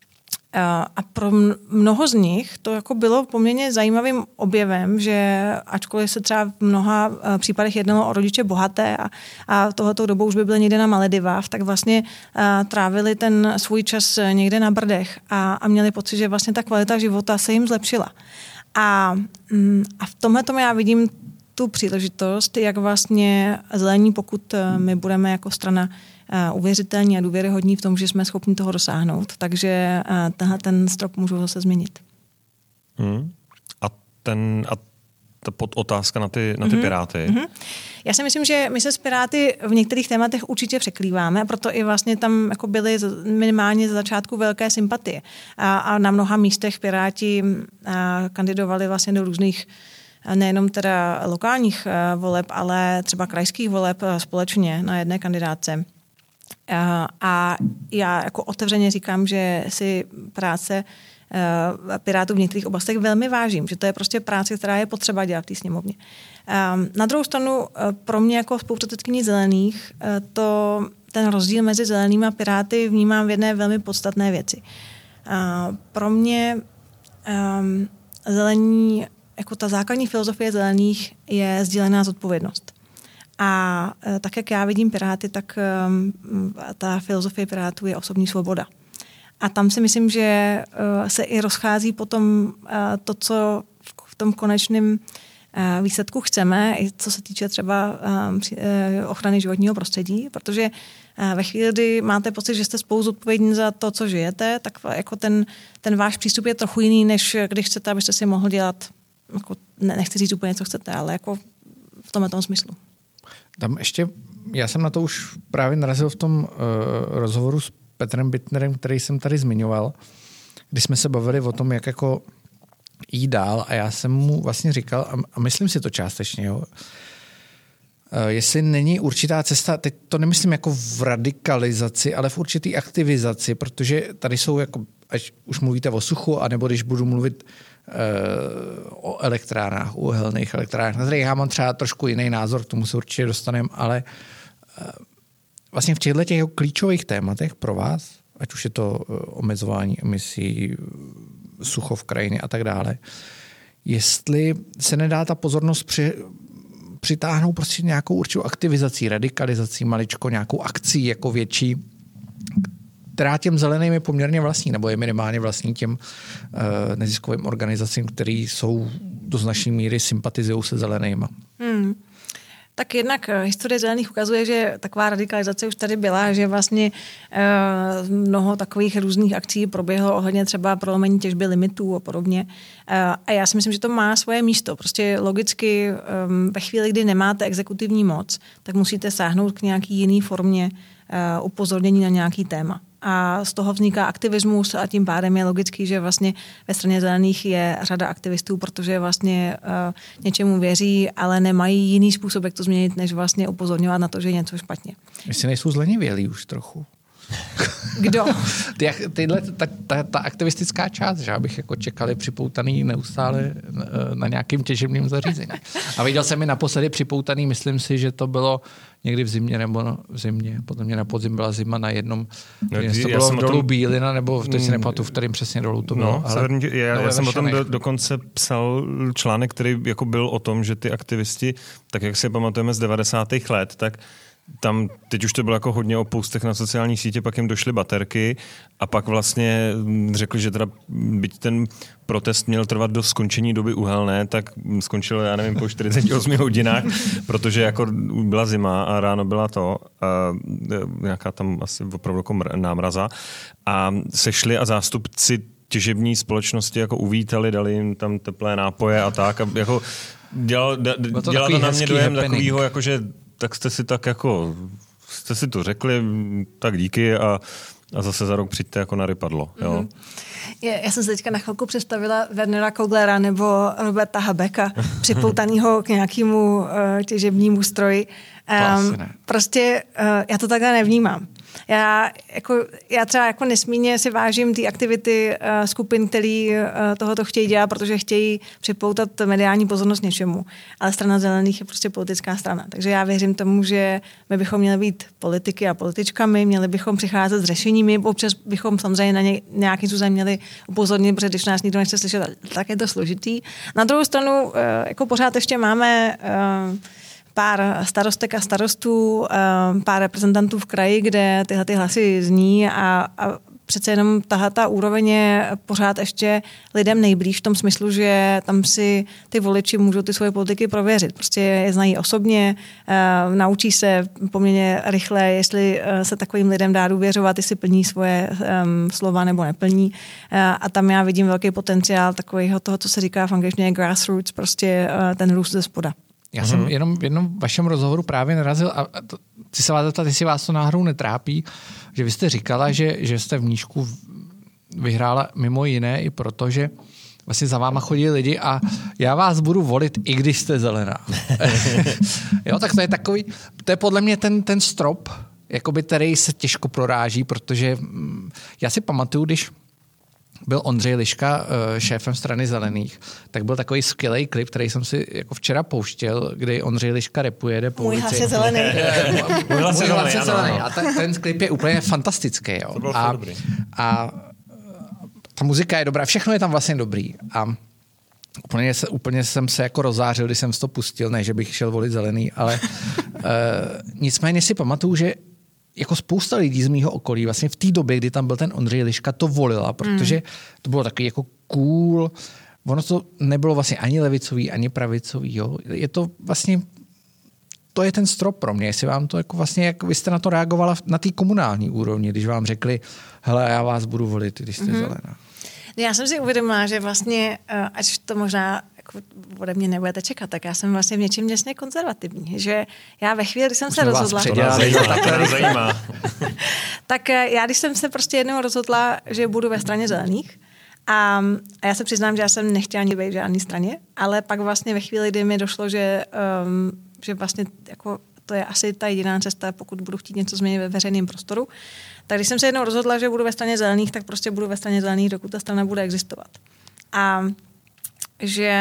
A pro mnoho z nich to jako bylo poměrně zajímavým objevem, že ačkoliv se třeba v mnoha případech jednalo o rodiče bohaté a, a tohoto dobou už by byly někde na Maledivách, tak vlastně a, trávili ten svůj čas někde na Brdech a, a měli pocit, že vlastně ta kvalita života se jim zlepšila. A, a v tomhle tomu já vidím tu příležitost, jak vlastně zelení, pokud my budeme jako strana uvěřitelní a důvěryhodní v tom, že jsme schopni toho dosáhnout. Takže tenhle ten strop můžu zase změnit. Hmm. A, ten, a ta podotázka na ty, na ty mm-hmm. Piráty. Mm-hmm. Já si myslím, že my se s Piráty v některých tématech určitě překlíváme, proto i vlastně tam jako byly minimálně za začátku velké sympatie. A, a na mnoha místech Piráti kandidovali vlastně do různých nejenom teda lokálních voleb, ale třeba krajských voleb společně na jedné kandidátce. A já jako otevřeně říkám, že si práce Pirátů v některých oblastech velmi vážím, že to je prostě práce, která je potřeba dělat v té sněmovně. Na druhou stranu pro mě jako spolupředsedkyni Zelených to, ten rozdíl mezi Zelenými a Piráty vnímám v jedné velmi podstatné věci. Pro mě um, zelení, jako ta základní filozofie Zelených je sdílená zodpovědnost. A tak, jak já vidím Piráty, tak um, ta filozofie Pirátů je osobní svoboda. A tam si myslím, že uh, se i rozchází potom uh, to, co v, v tom konečném uh, výsledku chceme, i co se týče třeba uh, při, uh, ochrany životního prostředí, protože uh, ve chvíli, kdy máte pocit, že jste spolu zodpovědní za to, co žijete, tak jako ten, ten váš přístup je trochu jiný, než když chcete, abyste si mohl dělat, jako, ne, nechci říct úplně, co chcete, ale jako v tomhle tom smyslu. Tam ještě, já jsem na to už právě narazil v tom uh, rozhovoru s Petrem Bittnerem, který jsem tady zmiňoval, kdy jsme se bavili o tom, jak jako jít dál a já jsem mu vlastně říkal, a, a myslím si to částečně, jo, uh, jestli není určitá cesta, teď to nemyslím jako v radikalizaci, ale v určitý aktivizaci, protože tady jsou jako, až už mluvíte o suchu, anebo když budu mluvit o elektrárnách, uhelných elektrárnách, na kterých já mám třeba trošku jiný názor, k tomu se určitě dostaneme, ale vlastně v těchto těch klíčových tématech pro vás, ať už je to omezování emisí, sucho v krajině a tak dále, jestli se nedá ta pozornost při, přitáhnout prostě nějakou určitou aktivizací, radikalizací, maličko, nějakou akcí jako větší, která těm zeleným je poměrně vlastní, nebo je minimálně vlastní těm uh, neziskovým organizacím, které jsou do značné míry sympatizují se zelenýma. Hmm. Tak jednak historie zelených ukazuje, že taková radikalizace už tady byla, že vlastně uh, mnoho takových různých akcí proběhlo ohledně třeba prolomení těžby limitů a podobně. Uh, a já si myslím, že to má svoje místo. Prostě logicky um, ve chvíli, kdy nemáte exekutivní moc, tak musíte sáhnout k nějaký jiný formě uh, upozornění na nějaký téma. A z toho vzniká aktivismus a tím pádem je logický, že vlastně ve straně zelených je řada aktivistů, protože vlastně uh, něčemu věří, ale nemají jiný způsob, jak to změnit, než vlastně upozorňovat na to, že je něco špatně. Jestli nejsou zlenivělí už trochu. Kdo? Ty, tyhle, ta, ta, ta aktivistická část, že abych jako čekali připoutaný neustále na, na nějakým těžebním zařízení. A viděl jsem mi naposledy připoutaný, myslím si, že to bylo někdy v zimě nebo v zimě, potom mě na podzim byla zima na jednom, no, to bylo v dolu tom... Bílina, nebo teď si nepamatuju, v kterým přesně dolu to bylo. No, ale... já, já jsem o tom do, dokonce psal článek, který jako byl o tom, že ty aktivisti, tak jak si pamatujeme z devadesátých let, tak tam teď už to bylo jako hodně o postech na sociální sítě, pak jim došly baterky a pak vlastně řekli, že teda byť ten protest měl trvat do skončení doby uhelné, tak skončil, já nevím, po čtyřiceti osmi hodinách, protože jako byla zima a ráno byla to, a nějaká tam asi opravdu jako námraza a sešli a zástupci těžební společnosti jako uvítali, dali jim tam teplé nápoje a tak a jako dělal, to dělal to na mě dojem happening. Takovýho, jakože tak jste si tak jako, jste si to řekli, tak díky a, a zase za rok přijďte jako na rypadlo. Jo? Mm-hmm. Je, já jsem se teďka na chvilku představila Wernera Koglera nebo Roberta Habecka, připoutanýho k nějakému uh, těžebnímu stroji. Um, prostě uh, já to takhle nevnímám. Já, jako, já třeba jako nesmírně si vážím ty aktivity uh, skupin, který uh, tohoto chtějí dělat, protože chtějí připoutat mediální pozornost něčemu. Ale strana zelených je prostě politická strana. Takže já věřím tomu, že my bychom měli být politiky a političkami, měli bychom přicházet s řešeními, občas bychom samozřejmě na ně, nějakým způsobem měli upozornit, protože když nás nikdo nechce slyšet, tak je to složitý. Na druhou stranu, uh, jako pořád ještě máme uh, pár starostek a starostů, pár reprezentantů v kraji, kde tyhle ty hlasy zní a, a přece jenom tahle ta úroveň je pořád ještě lidem nejblíž v tom smyslu, že tam si ty voliči můžou ty svoje politiky prověřit. Prostě je znají osobně, uh, naučí se poměrně rychle, jestli uh, se takovým lidem dá důvěřovat, jestli plní svoje um, slova nebo neplní. Uh, a tam já vidím velký potenciál takového toho, co se říká v angličtině grassroots, prostě uh, ten růst ze spoda. Já jsem jenom v jednom vašem rozhovoru právě narazil a chci se vás zeptat, jestli vás to náhodou netrápí, že vy jste říkala, že, že jste v Mníšku vyhrála mimo jiné i proto, že vlastně za váma chodí lidi a já vás budu volit, i když jste zelená. Jo, tak to je takový, to je podle mě ten, ten strop, jakoby, který se těžko proráží, protože já si pamatuju, když byl Ondřej Liška šéfem strany zelených, tak byl takový skvělý klip, který jsem si jako včera pouštěl, kdy Ondřej Liška rapuje, jde po Můj ulici. hlas je zelený. Můj hlas je zelený, ano, zelený. ano. A ten, ten klip je úplně fantastický. Jo. To bylo a, dobrý. a ta muzika je dobrá, všechno je tam vlastně dobrý. A úplně, se, úplně jsem se jako rozářil, když jsem to pustil, ne, že bych šel volit zelený, ale uh, nicméně si pamatuju, že jako spousta lidí z mýho okolí vlastně v té době, kdy tam byl ten Ondřej Liška, to volila, protože mm. to bylo takový jako cool. Ono to nebylo vlastně ani levicový, ani pravicový. Jo. Je to vlastně, to je ten strop pro mě. Jestli vám to jako vlastně, jak vy jste na to reagovala na té komunální úrovni, když vám řekli, hele, já vás budu volit, když jste mm. zelená. Já jsem si uvědomila, že vlastně, ať to možná jako ode mě nebudete čekat, tak já jsem vlastně v něčem děsně konzervativní. Že já ve chvíli, kdy jsem Už se rozhodla... To nás zajímá, to nás zajímá. Tak já, když jsem se prostě jednou rozhodla, že budu ve straně zelených, a, a já se přiznám, že já jsem nechtěla ani být v žádné straně, ale pak vlastně ve chvíli, kdy mi došlo, že, um, že vlastně jako to je asi ta jediná cesta, pokud budu chtít něco změnit ve veřejném prostoru. Tak když jsem se jednou rozhodla, že budu ve straně zelených, tak prostě budu ve straně zelených, dokud ta strana bude existovat. A že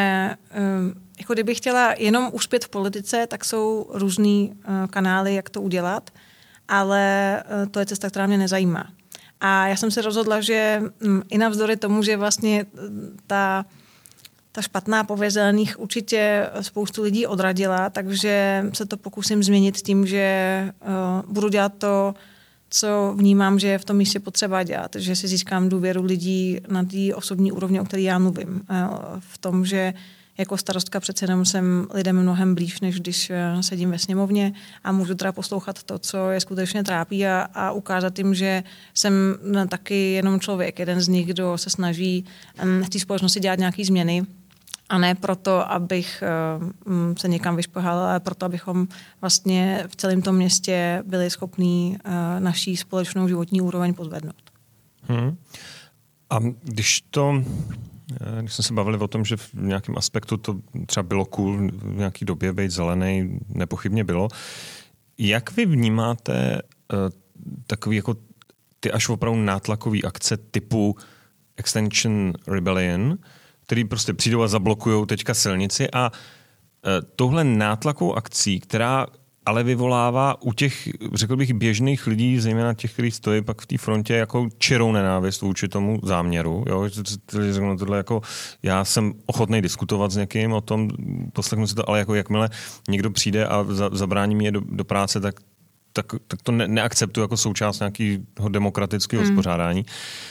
jako kdybych chtěla jenom uspět v politice, tak jsou různý kanály, jak to udělat, ale to je cesta, která mě nezajímá. A já jsem se rozhodla, že i navzdory tomu, že vlastně ta Ta špatná pověst zelených určitě spoustu lidí odradila, takže se to pokusím změnit tím, že uh, budu dělat to, co vnímám, že je v tom místě potřeba dělat. Že si získám důvěru lidí na té osobní úrovni, o které já mluvím. Uh, v tom, že jako starostka přece jenom jsem lidem mnohem blíž, než když uh, sedím ve sněmovně a můžu teda poslouchat to, co je skutečně trápí a, a ukázat jim, že jsem no, taky jenom člověk, jeden z nich, kdo se snaží um, v té společnosti dělat nějaké změny. A ne proto, abych uh, se někam vyšplhala, ale proto, abychom vlastně v celém tom městě byli schopní uh, naší společnou životní úroveň pozvednout. Hmm. A když to, když jsme se bavili o tom, že v nějakém aspektu to třeba bylo cool v nějaké době být zelený, nepochybně bylo. Jak vy vnímáte uh, takový jako ty až opravdu nátlakový akce typu Extinction Rebellion, který prostě přijdou a zablokujou teďka silnici a e, touhle nátlakovou akcí, která ale vyvolává u těch, řekl bych, běžných lidí, zejména těch, kteří stojí pak v té frontě, jako čirou nenávist vůči tomu záměru. Jo? Tohle jako, já jsem ochotný diskutovat s někým o tom, poslechnu si to, ale jako jakmile někdo přijde a za, zabrání mě do, do práce, tak, tak, tak to ne, neakceptuji jako součást nějakého demokratického hmm. uspořádání.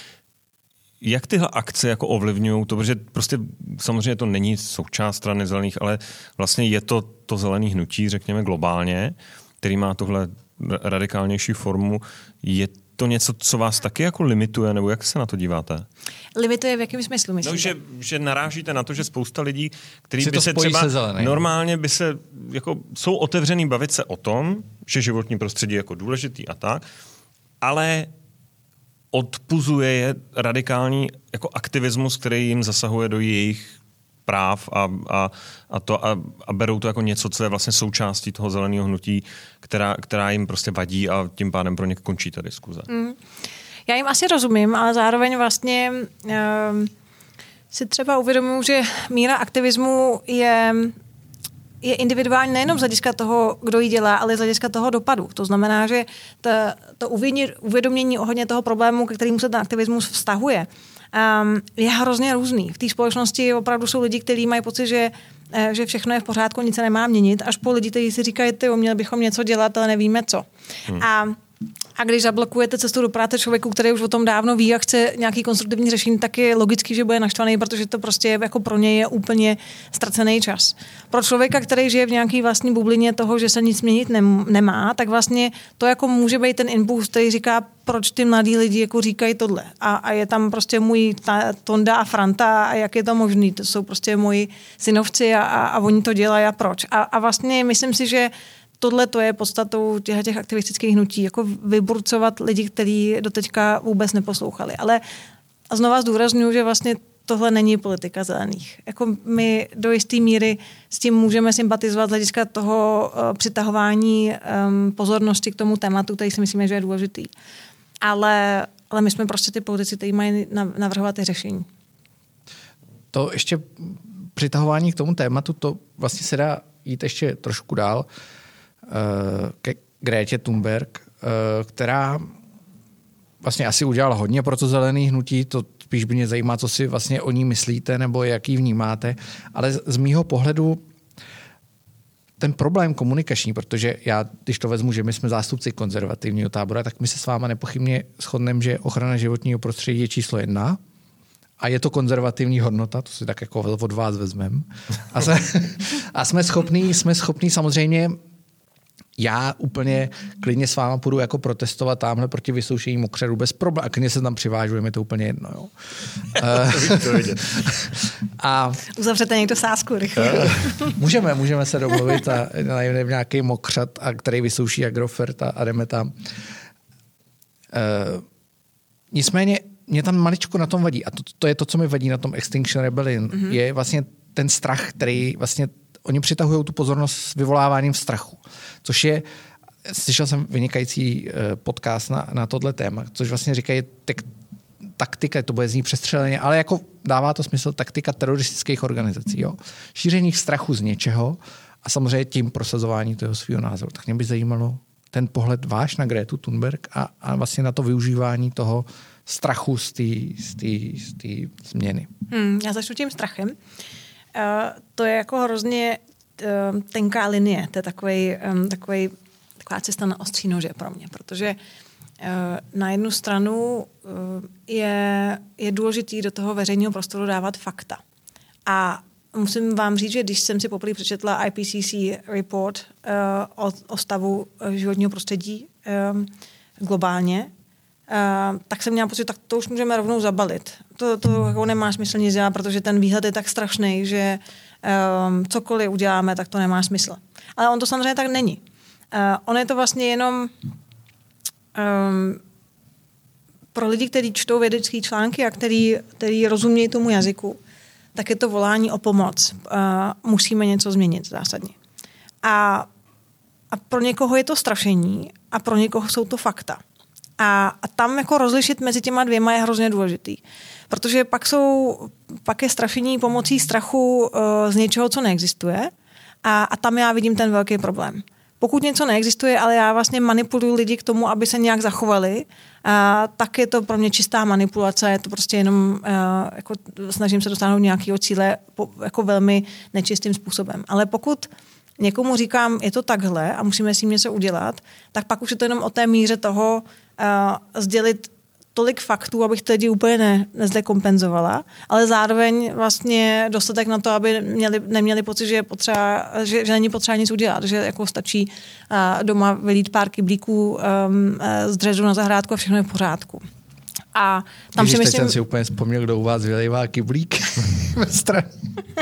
Jak tyhle akce jako ovlivňují to, protože prostě samozřejmě to není součást strany zelených, ale vlastně je to to zelený hnutí, řekněme globálně, který má tohle radikálnější formu. Je to něco, co vás taky jako limituje, nebo jak se na to díváte? Limituje v jakém smyslu, myslíte? No, že, že narážíte na to, že spousta lidí, kteří by to se třeba se zelený. normálně by se, jako jsou otevřený bavit se o tom, že životní prostředí je jako důležitý a tak, ale odpuzuje je radikální jako aktivismus, který jim zasahuje do jejich práv a, a, a, to, a, a berou to jako něco, co je vlastně součástí toho zeleného hnutí, která, která jim prostě vadí a tím pádem pro ně končí ta diskuze. Mm. Já jim asi rozumím, ale zároveň vlastně um, si třeba uvědomuji, že míra aktivismu je je individuální nejenom z hlediska toho, kdo ji dělá, ale z hlediska toho dopadu. To znamená, že ta, to uvědomění ohledně toho problému, ke kterému se ten aktivismus vztahuje, um, je hrozně různý. V té společnosti opravdu jsou lidi, kteří mají pocit, že, že všechno je v pořádku, nic se nemá měnit, až po lidi, kteří si říkají, ty, měli bychom něco dělat, ale nevíme co. Hmm. A A když zablokujete cestu do práce člověku, který už o tom dávno ví a chce nějaký konstruktivní řešení, tak je logický, že bude naštvaný, protože to prostě jako pro něj je úplně ztracený čas. Pro člověka, který žije v nějaký vlastní bublině toho, že se nic měnit nemá, tak vlastně to jako může být ten impuls, který říká, proč ty mladí lidi jako říkají tohle. A, a je tam prostě můj ta, Tonda a Franta a jak je to možný. To jsou prostě moji synovci a, a, a oni to dělají a proč. A, a vlastně myslím si, že tohle to je podstatou těch, těch aktivistických hnutí, jako vyburcovat lidi, kteří doteďka vůbec neposlouchali. Ale a znova zdůraznuju, že vlastně tohle není politika zelených. Jako my do jisté míry s tím můžeme sympatizovat z hlediska toho uh, přitahování um, pozornosti k tomu tématu, který si myslíme, že je důležitý. Ale, ale my jsme prostě ty politici, kteří mají navrhovat ty řešení. To ještě přitahování k tomu tématu, to vlastně se dá jít ještě trošku dál ke Grétě Thunberg, která vlastně asi udělala hodně pro to zelený hnutí, to spíš by mě zajímá, co si vlastně o ní myslíte nebo jak ji vnímáte, ale z mýho pohledu ten problém komunikační, protože já, když to vezmu, že my jsme zástupci konzervativního tábora, tak my se s váma nepochybně shodneme, že ochrana životního prostředí je číslo jedna a je to konzervativní hodnota, to si tak jako od vás vezmeme. A, se, a jsme schopní, jsme schopní samozřejmě. Já úplně klidně s váma půjdu jako protestovat tamhle proti vysoušení mokřadů bez problémů. A klidně se tam přivážu, je to úplně jedno. Jo. a uzavřete někdo sázku rychle. můžeme, můžeme se domluvit a najmeme nějaký mokřad, a který vysouší Agrofert a, a jdeme tam. Uh, nicméně mě tam maličko na tom vadí. A to, to je to, co mi vadí na tom Extinction Rebellion. Mm-hmm. Je vlastně ten strach, který vlastně oni přitahují tu pozornost s vyvoláváním strachu, což je, slyšel jsem vynikající podcast na, na tohle téma, což vlastně říkají tek, taktika, to bude znít přestřeleně, ale jako dává to smysl taktika teroristických organizací. Jo? Šíření strachu z něčeho a samozřejmě tím prosazování toho svého názoru. Tak mě by zajímalo ten pohled váš na Grétu Thunberg a, a vlastně na to využívání toho strachu z té změny. Hmm, já začnu tím strachem. Uh, to je jako hrozně uh, tenká linie, to je takový, um, takový, taková cesta na ostří nože pro mě, protože uh, na jednu stranu uh, je, je důležitý do toho veřejného prostoru dávat fakta. A musím vám říct, že když jsem si poprvé přečetla I P C C report uh, o, o stavu životního prostředí um, globálně, Uh, tak jsem měla pocit, tak to už můžeme rovnou zabalit. To, to jako nemá smysl nic dělat, protože ten výhled je tak strašný, že um, cokoliv uděláme, tak to nemá smysl. Ale on to samozřejmě tak není. Uh, on je to vlastně jenom um, pro lidi, kteří čtou vědecké články a který, který rozumějí tomu jazyku, tak je to volání o pomoc. Uh, musíme něco změnit zásadně. A, a pro někoho je to strašení a pro někoho jsou to fakta. A, a tam jako rozlišit mezi těma dvěma je hrozně důležitý. Protože pak, jsou, pak je strašení pomocí strachu uh, z něčeho, co neexistuje. A, a tam já vidím ten velký problém. Pokud něco neexistuje, ale já vlastně manipuluju lidi k tomu, aby se nějak zachovali, uh, tak je to pro mě čistá manipulace. Je to prostě jenom, uh, jako snažím se dosáhnout nějakého cíle po, jako velmi nečistým způsobem. Ale pokud někomu říkám, je to takhle a musíme s tím něco udělat, tak pak už je to jenom o té míře toho uh, sdělit tolik faktů, abych to lidi úplně ne, nezdekompenzovala, ale zároveň vlastně dostatek na to, aby měli, neměli pocit, že, je potřeba, že, že není potřeba nic udělat, že jako stačí uh, doma vylít pár kyblíků um, z dřezu na zahrádku a všechno je v pořádku. A tam Když si teď myslím... jsem si úplně vzpomněl, kdo u vás vylejvá kyblík ve straně.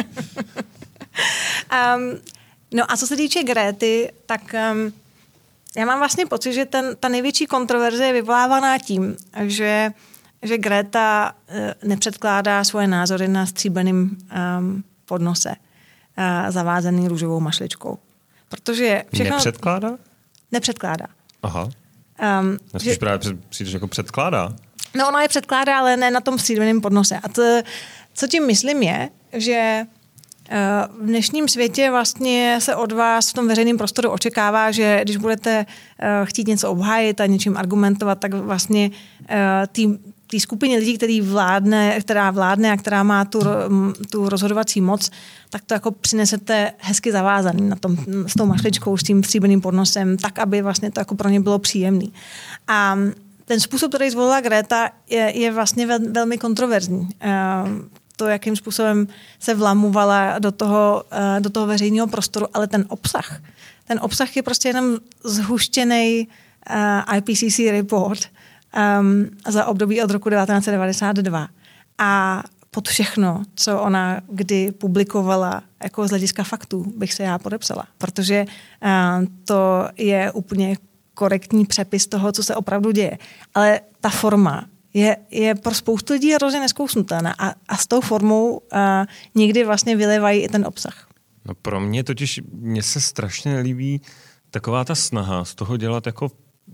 um, No a co se týče Gréty, tak um, já mám vlastně pocit, že ten, ta největší kontroverze je vyvolávaná tím, že, že Gréta uh, nepředkládá svoje názory na stříbrném um, podnose uh, zavázený růžovou mašličkou. Protože všechno... Nepředkládá? Nepředkládá. Aha. Um, Já spíš že... právě před, přijdeš jako předkládá. No ona je předkládá, ale ne na tom stříbrném podnose. A to, co tím myslím je, že v dnešním světě vlastně se od vás v tom veřejném prostoru očekává, že když budete chtít něco obhájit a něčím argumentovat, tak vlastně tý, té skupině lidí, který vládne, která vládne a která má tu, tu rozhodovací moc, tak to jako přinesete hezky zavázaný na tom, s tou mašličkou, s tím stříbrným podnosem, tak, aby vlastně to jako pro ně bylo příjemný. A ten způsob, který zvolila Greta, je, je vlastně vel, velmi kontroverzní. To, jakým způsobem se vlamovala do toho, do toho veřejného prostoru, ale ten obsah, ten obsah je prostě jenom zhuštěnej I P C C report um, za období od roku devatenáct set devadesát dva. A pod všechno, co ona kdy publikovala jako z hlediska faktů, bych se já podepsala. Protože uh, to je úplně korektní přepis toho, co se opravdu děje. Ale ta forma je, je pro spoustu lidí hrozně nezkousnutelná a, a s tou formou uh, někdy vlastně vylevají i ten obsah. No pro mě totiž, mně se strašně nelíbí taková ta snaha z toho dělat jako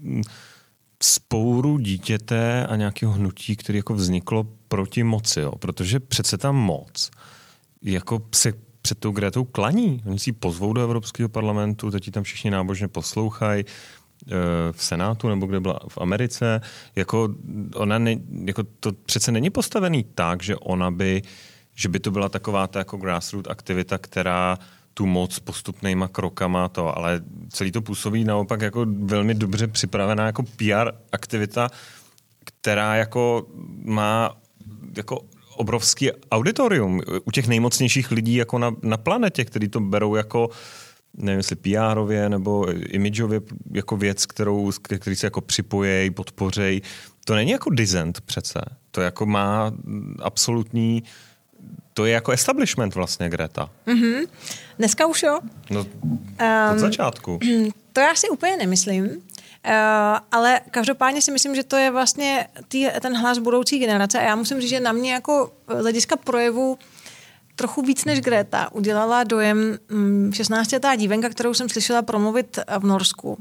spouru dítěte a nějakého hnutí, které jako vzniklo proti moci, jo. Protože přece ta moc jako se před tou Gretou klaní. Oni si ji pozvou do Evropského parlamentu, teď ji tam všichni nábožně poslouchají, v Senátu nebo kde byla v Americe. Jako ona ne, jako to přece není postavený tak, že ona by, že by to byla taková ta jako grassroots aktivita, která tu moc postupnýma krokama to, ale celý to působí naopak jako velmi dobře připravená jako P R aktivita, která jako má jako obrovský auditorium u těch nejmocnějších lidí jako na, na planetě, kteří to berou jako nevím, jestli P R-ově nebo imageově jako věc, kterou, který se jako připojejí, podpořejí. To není jako dissent přece. To jako má absolutní, to je jako establishment vlastně Greta. Mm-hmm. Dneska už jo. No, od um, začátku. To já si úplně nemyslím. Uh, ale každopádně si myslím, že to je vlastně tý, ten hlas budoucí generace a já musím říct, že na mě jako hlediska projevu trochu víc než Greta udělala dojem šestnáctiletá dívenka, kterou jsem slyšela promluvit v Norsku,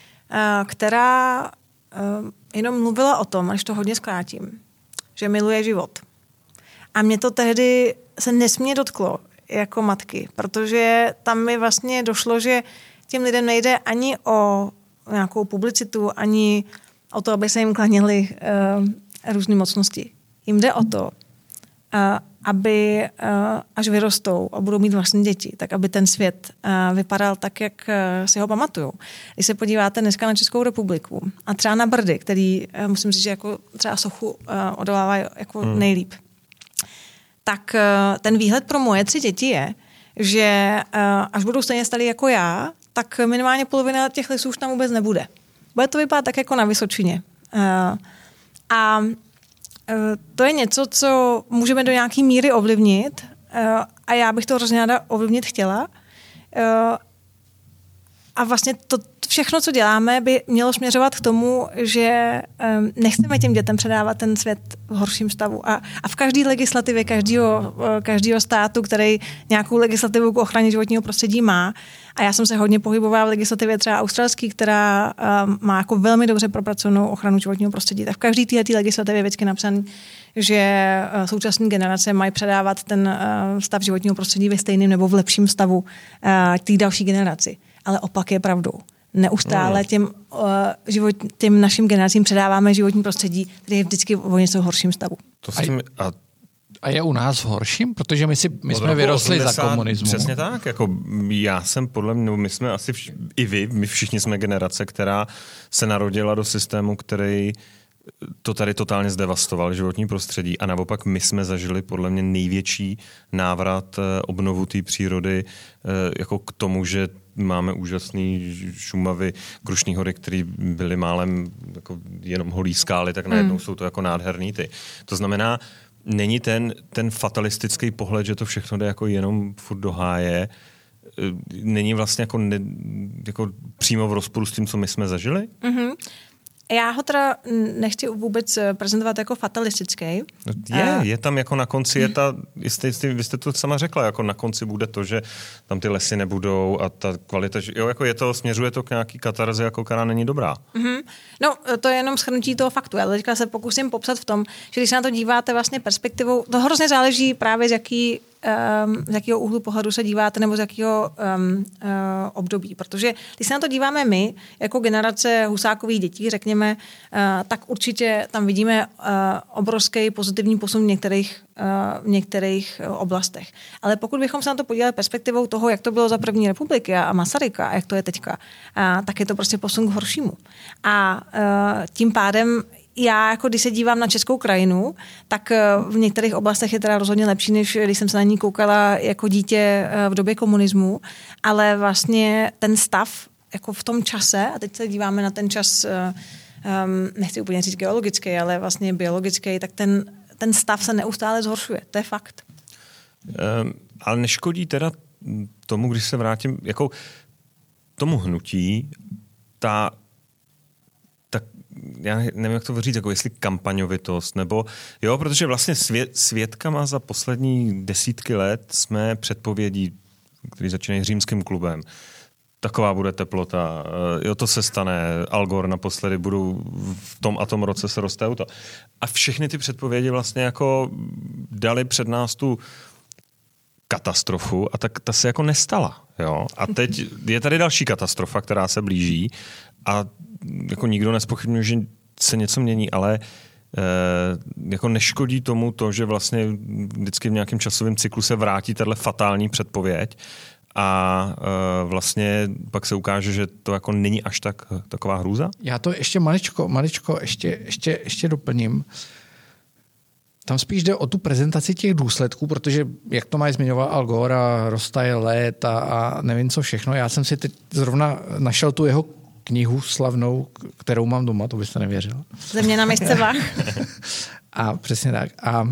která jenom mluvila o tom, až to hodně zkrátím, že miluje život. A mě to tehdy se nesmírně dotklo jako matky, protože tam mi vlastně došlo, že těm lidem nejde ani o nějakou publicitu, ani o to, aby se jim klaněly uh, různé mocnosti. Jim jde o to, uh, aby uh, až vyrostou a budou mít vlastní děti, tak aby ten svět uh, vypadal tak, jak uh, si ho pamatujou. Když se podíváte dneska na Českou republiku a třeba na Brdy, který, uh, musím říct, že jako třeba sochu uh, odolává jako hmm. nejlíp, tak uh, ten výhled pro moje tři děti je, že uh, až budou stejně starý jako já, tak minimálně polovina těch lesů už tam vůbec nebude. Bude to vypadat tak jako na Vysočině. Uh, a uh, to je něco, co můžeme do nějaké míry ovlivnit uh, a já bych to hrozně ráda ovlivnit chtěla. Uh, a vlastně to všechno, co děláme, by mělo směřovat k tomu, že um, nechceme těm dětem předávat ten svět v horším stavu. A, a v každé legislativě každého, každého státu, který nějakou legislativu k ochraně životního prostředí má, a já jsem se hodně pohybovala v legislativě třeba australský, která um, má jako velmi dobře propracovanou ochranu životního prostředí. Tak v každé této legislativě je vždycky napsané, že uh, současné generace mají předávat ten uh, stav životního prostředí ve stejném nebo v lepším stavu uh, té další generaci. Ale opak je pravdou. Neustále těm, uh, život, těm našim generacím předáváme životní prostředí, který je vždycky o něco horším stavu. To jsem, a, a je u nás v horším? Protože my, si, my jsme vyrostli osmdesát za komunismu. Přesně tak. Jako já jsem podle mě, my jsme asi, vš, i vy, my všichni jsme generace, která se narodila do systému, který to tady totálně zdevastoval životní prostředí a naopak my jsme zažili podle mě největší návrat obnovu té přírody jako k tomu, že máme úžasný Šumavy, Krušný hory, které byly málem jako jenom holý skály, tak najednou hmm. jsou to jako nádherný ty. To znamená, není ten, ten fatalistický pohled, že to všechno jde jako jenom furt do háje, není vlastně jako, ne, jako přímo v rozporu s tím, co my jsme zažili? Mm-hmm. Já ho teda nechci vůbec prezentovat jako fatalistický. Je, je tam jako na konci, je ta, jste, jste, vy jste to sama řekla, jako na konci bude to, že tam ty lesy nebudou a ta kvalita, jo, jako je to, směřuje to k nějaký katarzi, jako která není dobrá. Mm-hmm. No, to je jenom shrnutí toho faktu. Já teďka se pokusím popsat v tom, že když se na to díváte vlastně perspektivou, to hrozně záleží právě z jaký um, z jakého úhlu pohledu se díváte nebo z jakého um, uh, období. Protože když se na to díváme my, jako generace Husákových dětí, řekněme, uh, tak určitě tam vidíme uh, obrovský pozitivní posun v některých, uh, v některých uh, oblastech. Ale pokud bychom se na to podívali perspektivou toho, jak to bylo za první republiky a, a Masaryka a jak to je teďka, uh, tak je to prostě posun k horšímu. A uh, tím pádem já, jako když se dívám na českou krajinu, tak v některých oblastech je teda rozhodně lepší, než když jsem se na ní koukala jako dítě v době komunismu, ale vlastně ten stav jako v tom čase, a teď se díváme na ten čas, um, nechci úplně říct geologický, ale vlastně biologický, tak ten, ten stav se neustále zhoršuje. To je fakt. Um, ale neškodí teda tomu, když se vrátím, jako tomu hnutí, ta já nevím, jak to říct, jako jestli kampaňovitost, nebo jo, protože vlastně svět, svědkama za poslední desítky let jsme předpovědí, který začínají Římským klubem. Taková bude teplota, jo, to se stane, Al Gore naposledy, budu v tom a tom roce se roste auto. A všechny ty předpovědi vlastně jako dali před nás tu katastrofu a tak ta se jako nestala, jo. A teď je tady další katastrofa, která se blíží a jako nikdo nezpochybňuje, že se něco mění, ale eh, jako neškodí tomu to, že vlastně vždycky v nějakém časovém cyklu se vrátí tahle fatální předpověď a eh, vlastně pak se ukáže, že to jako není až tak taková hrůza? Já to ještě maličko, maličko ještě, ještě, ještě doplním. Tam spíš jde o tu prezentaci těch důsledků, protože jak to mají zmiňovat Al Gore a roztaje let a, a nevím co všechno. Já jsem si teď zrovna našel tu jeho knihu slavnou, kterou mám doma, to byste nevěřil. Země na misce vah. A přesně tak. A,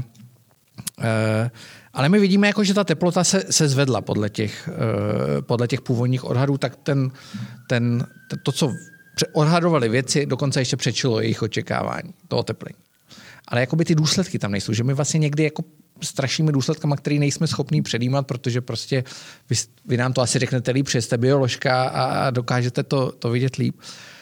e, ale my vidíme, jako, že ta teplota se, se zvedla podle těch, e, podle těch původních odhadů, tak ten, ten, to, co odhadovali věci, dokonce ještě přečilo jejich očekávání, to oteplení. Ale jakoby ty důsledky tam nejsou, že my vlastně někdy jako strašnými důsledkama, který nejsme schopní předjímat, protože prostě vy, vy nám to asi řeknete líp, že jste bioložka a dokážete to, to vidět líp.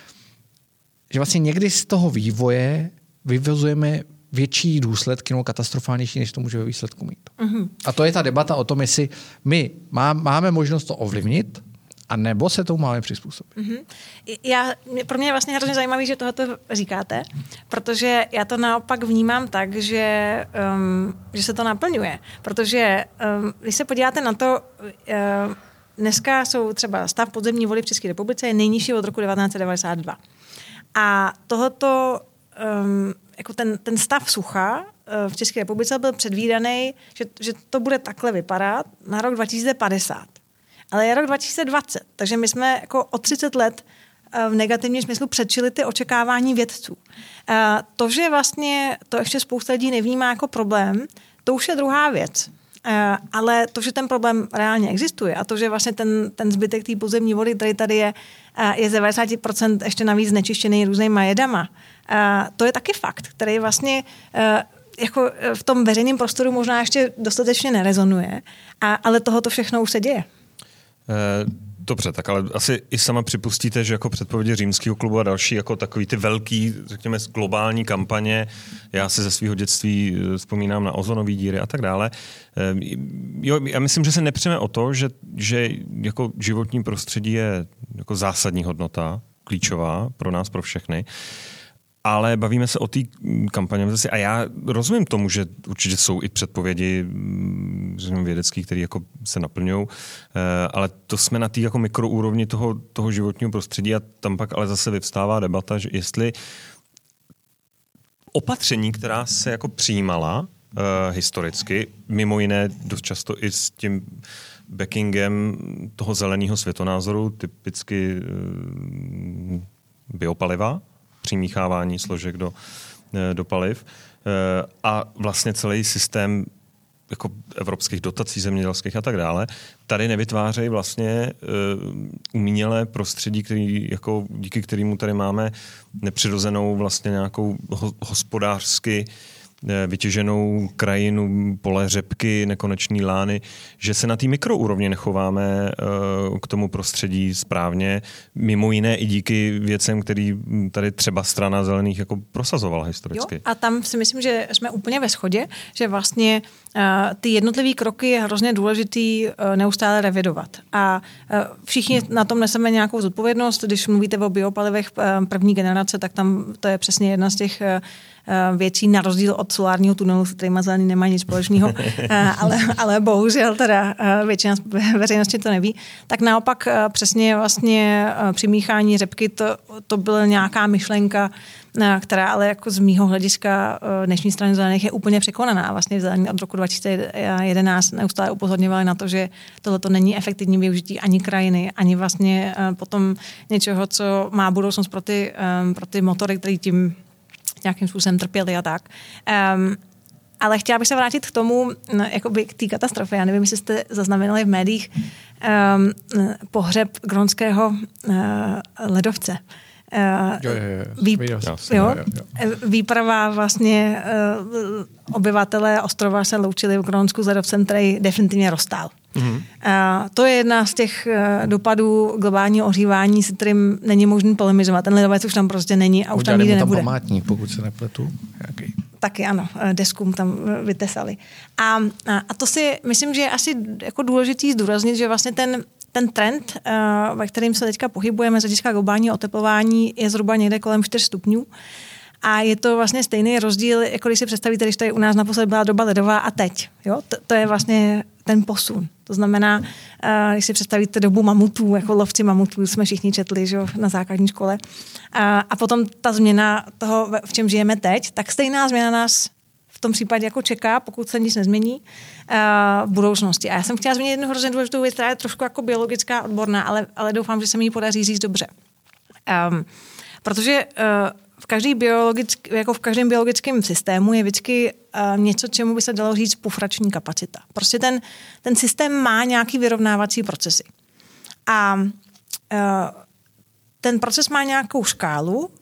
Že vlastně někdy z toho vývoje vyvozujeme větší důsledky nebo katastrofálnější, než to může ve výsledku mít. Mm-hmm. A to je ta debata o tom, jestli my má, máme možnost to ovlivnit, a nebo se tomu máme přizpůsobit. Mm-hmm. Já, pro mě je vlastně hrozně zajímavé, že tohle říkáte, protože já to naopak vnímám tak, že, um, že se to naplňuje. Protože um, když se podíváte na to, uh, dneska jsou třeba stav podzemní vody v České republice je nejnižší od roku devatenáct set devadesát dva. A tohoto, um, jako ten, ten stav sucha uh, v České republice byl předvídaný, že, že to bude takhle vypadat na rok dva tisíce padesát. Ale je rok dva tisíce dvacet, takže my jsme jako o třicet let v negativním smyslu předčili ty očekávání vědců. To, že vlastně to ještě spousta lidí nevnímá jako problém, to už je druhá věc. Ale to, že ten problém reálně existuje a to, že vlastně ten, ten zbytek té podzemní vody, který tady je, je z devadesát procent ještě navíc znečištěný různýma jedama, to je taky fakt, který vlastně jako v tom veřejném prostoru možná ještě dostatečně nerezonuje, ale tohoto všechno už se děje. Dobře, tak ale asi i sama připustíte, že jako předpovědi Římského klubu a další jako takový ty velký, řekněme, globální kampaně, já si ze svého dětství vzpomínám na ozonový díry a tak dále. Jo, já myslím, že se nepřeme o to, že, že jako životní prostředí je jako zásadní hodnota, klíčová pro nás, pro všechny. Ale bavíme se o té kampaně a já rozumím tomu, že určitě jsou i předpovědi vědecké, které jako se naplňují, ale to jsme na té jako mikroúrovni toho, toho životního prostředí a tam pak ale zase vyvstává debata, že jestli opatření, která se jako přijímala uh, historicky, mimo jiné dost často i s tím backingem toho zeleného světonázoru, typicky uh, biopaliva, přimíchávání složek do, do paliv a vlastně celý systém jako evropských dotací zemědělských a tak dále, tady nevytvářejí vlastně umělé prostředí, který, jako, díky kterému tady máme nepřirozenou vlastně nějakou hospodářsky vytěženou krajinu, pole řepky, nekonečný lány, že se na té mikroúrovni nechováme uh, k tomu prostředí správně, mimo jiné i díky věcem, který tady třeba strana zelených jako prosazovala historicky. Jo, a tam si myslím, že jsme úplně ve shodě, že vlastně ty jednotlivé kroky je hrozně důležitý neustále revidovat. A všichni na tom neseme nějakou zodpovědnost. Když mluvíte o biopalivech první generace, tak tam to je přesně jedna z těch věcí, na rozdíl od solárního tunelu, s kterýma zelený nemají nic společného, ale, ale bohužel teda většina veřejnosti to neví. Tak naopak přesně vlastně přimíchání řepky, to, to byla nějaká myšlenka, která ale jako z mýho hlediska dnešní strany zelených je úplně překonaná. Vlastně zelení od roku dva tisíce jedenáct neustále upozorňovali na to, že tohleto není efektivní využití ani krajiny, ani vlastně potom něčeho, co má budoucnost pro ty, pro ty motory, které tím nějakým způsobem trpěli a tak. Um, ale chtěla bych se vrátit k tomu, no, jakoby k té katastrofě. Já nevím, jestli jste zaznamenali v médiích um, pohřeb grónského uh, ledovce. Uh, jo, jo, jo. Vý, jo, jo, jo. Výprava vlastně uh, obyvatelé ostrova se loučili v Grónsku s ledovcem, který definitivně roztál. Mm-hmm. Uh, to je jedna z těch uh, dopadů globálního ohřívání, s kterým není možné polemizovat. Ten ledovec už tam prostě není a už tam nikdy nebude. Tam památník, pokud se nepletu. Jaký? Taky ano, deskum tam vytesali. A, a to si myslím, že je asi jako důležitý zdůraznit, že vlastně ten Ten trend, ve kterým se teďka pohybujeme z hlediska globálního oteplování, je zhruba někde kolem čtyř stupňů. A je to vlastně stejný rozdíl, jako když si představíte, když tady u nás naposled byla doba ledová a teď. Jo? To, to je vlastně ten posun. To znamená, když si představíte dobu mamutů, jako lovci mamutů, jsme všichni četli, že jo, na základní škole. A, a potom ta změna toho, v čem žijeme teď, tak stejná změna nás v tom případě jako čeká, pokud se nic nezmění v budoucnosti. A já jsem chtěla zmínit jednu hrozně důležitou věc, která je trošku jako biologická, odborná, ale, ale doufám, že se mi ji podaří říct dobře. Um, protože uh, v, každý biologick, jako v každém biologickém systému je vždycky uh, něco, čemu by se dalo říct pufrační kapacita. Prostě ten, ten systém má nějaký vyrovnávací procesy. A uh, ten proces má nějakou škálu, uh,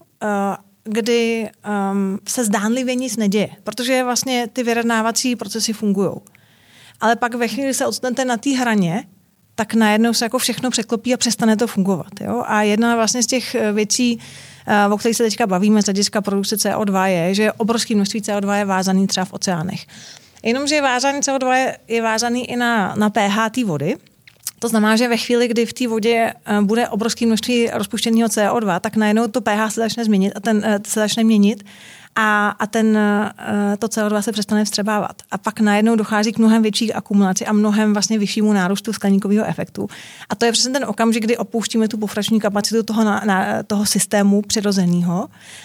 kdy um, se zdánlivě nic neděje, protože vlastně ty vyrovnávací procesy fungují. Ale pak ve chvíli se odstanete na té hraně, tak najednou se jako všechno překlopí a přestane to fungovat. Jo? A jedna vlastně z těch věcí, uh, o kterých se teďka bavíme z hlediska produkce C O dva je, že obrovské množství C O dva je vázaný třeba v oceánech. Jenomže vázaný C O dva je, je vázaný i na, na pH té vody. To znamená, že ve chvíli, kdy v té vodě bude obrovské množství rozpuštěného C O dva, tak najednou to pH se začne změnit a ten se začne měnit a, a ten, to C O dva se přestane vstřebávat. A pak najednou dochází k mnohem větší akumulaci a mnohem vlastně vyššímu nárůstu skleníkového efektu. A to je přesně ten okamžik, kdy opouštíme tu pufrační kapacitu toho, na, na, toho systému přirozeného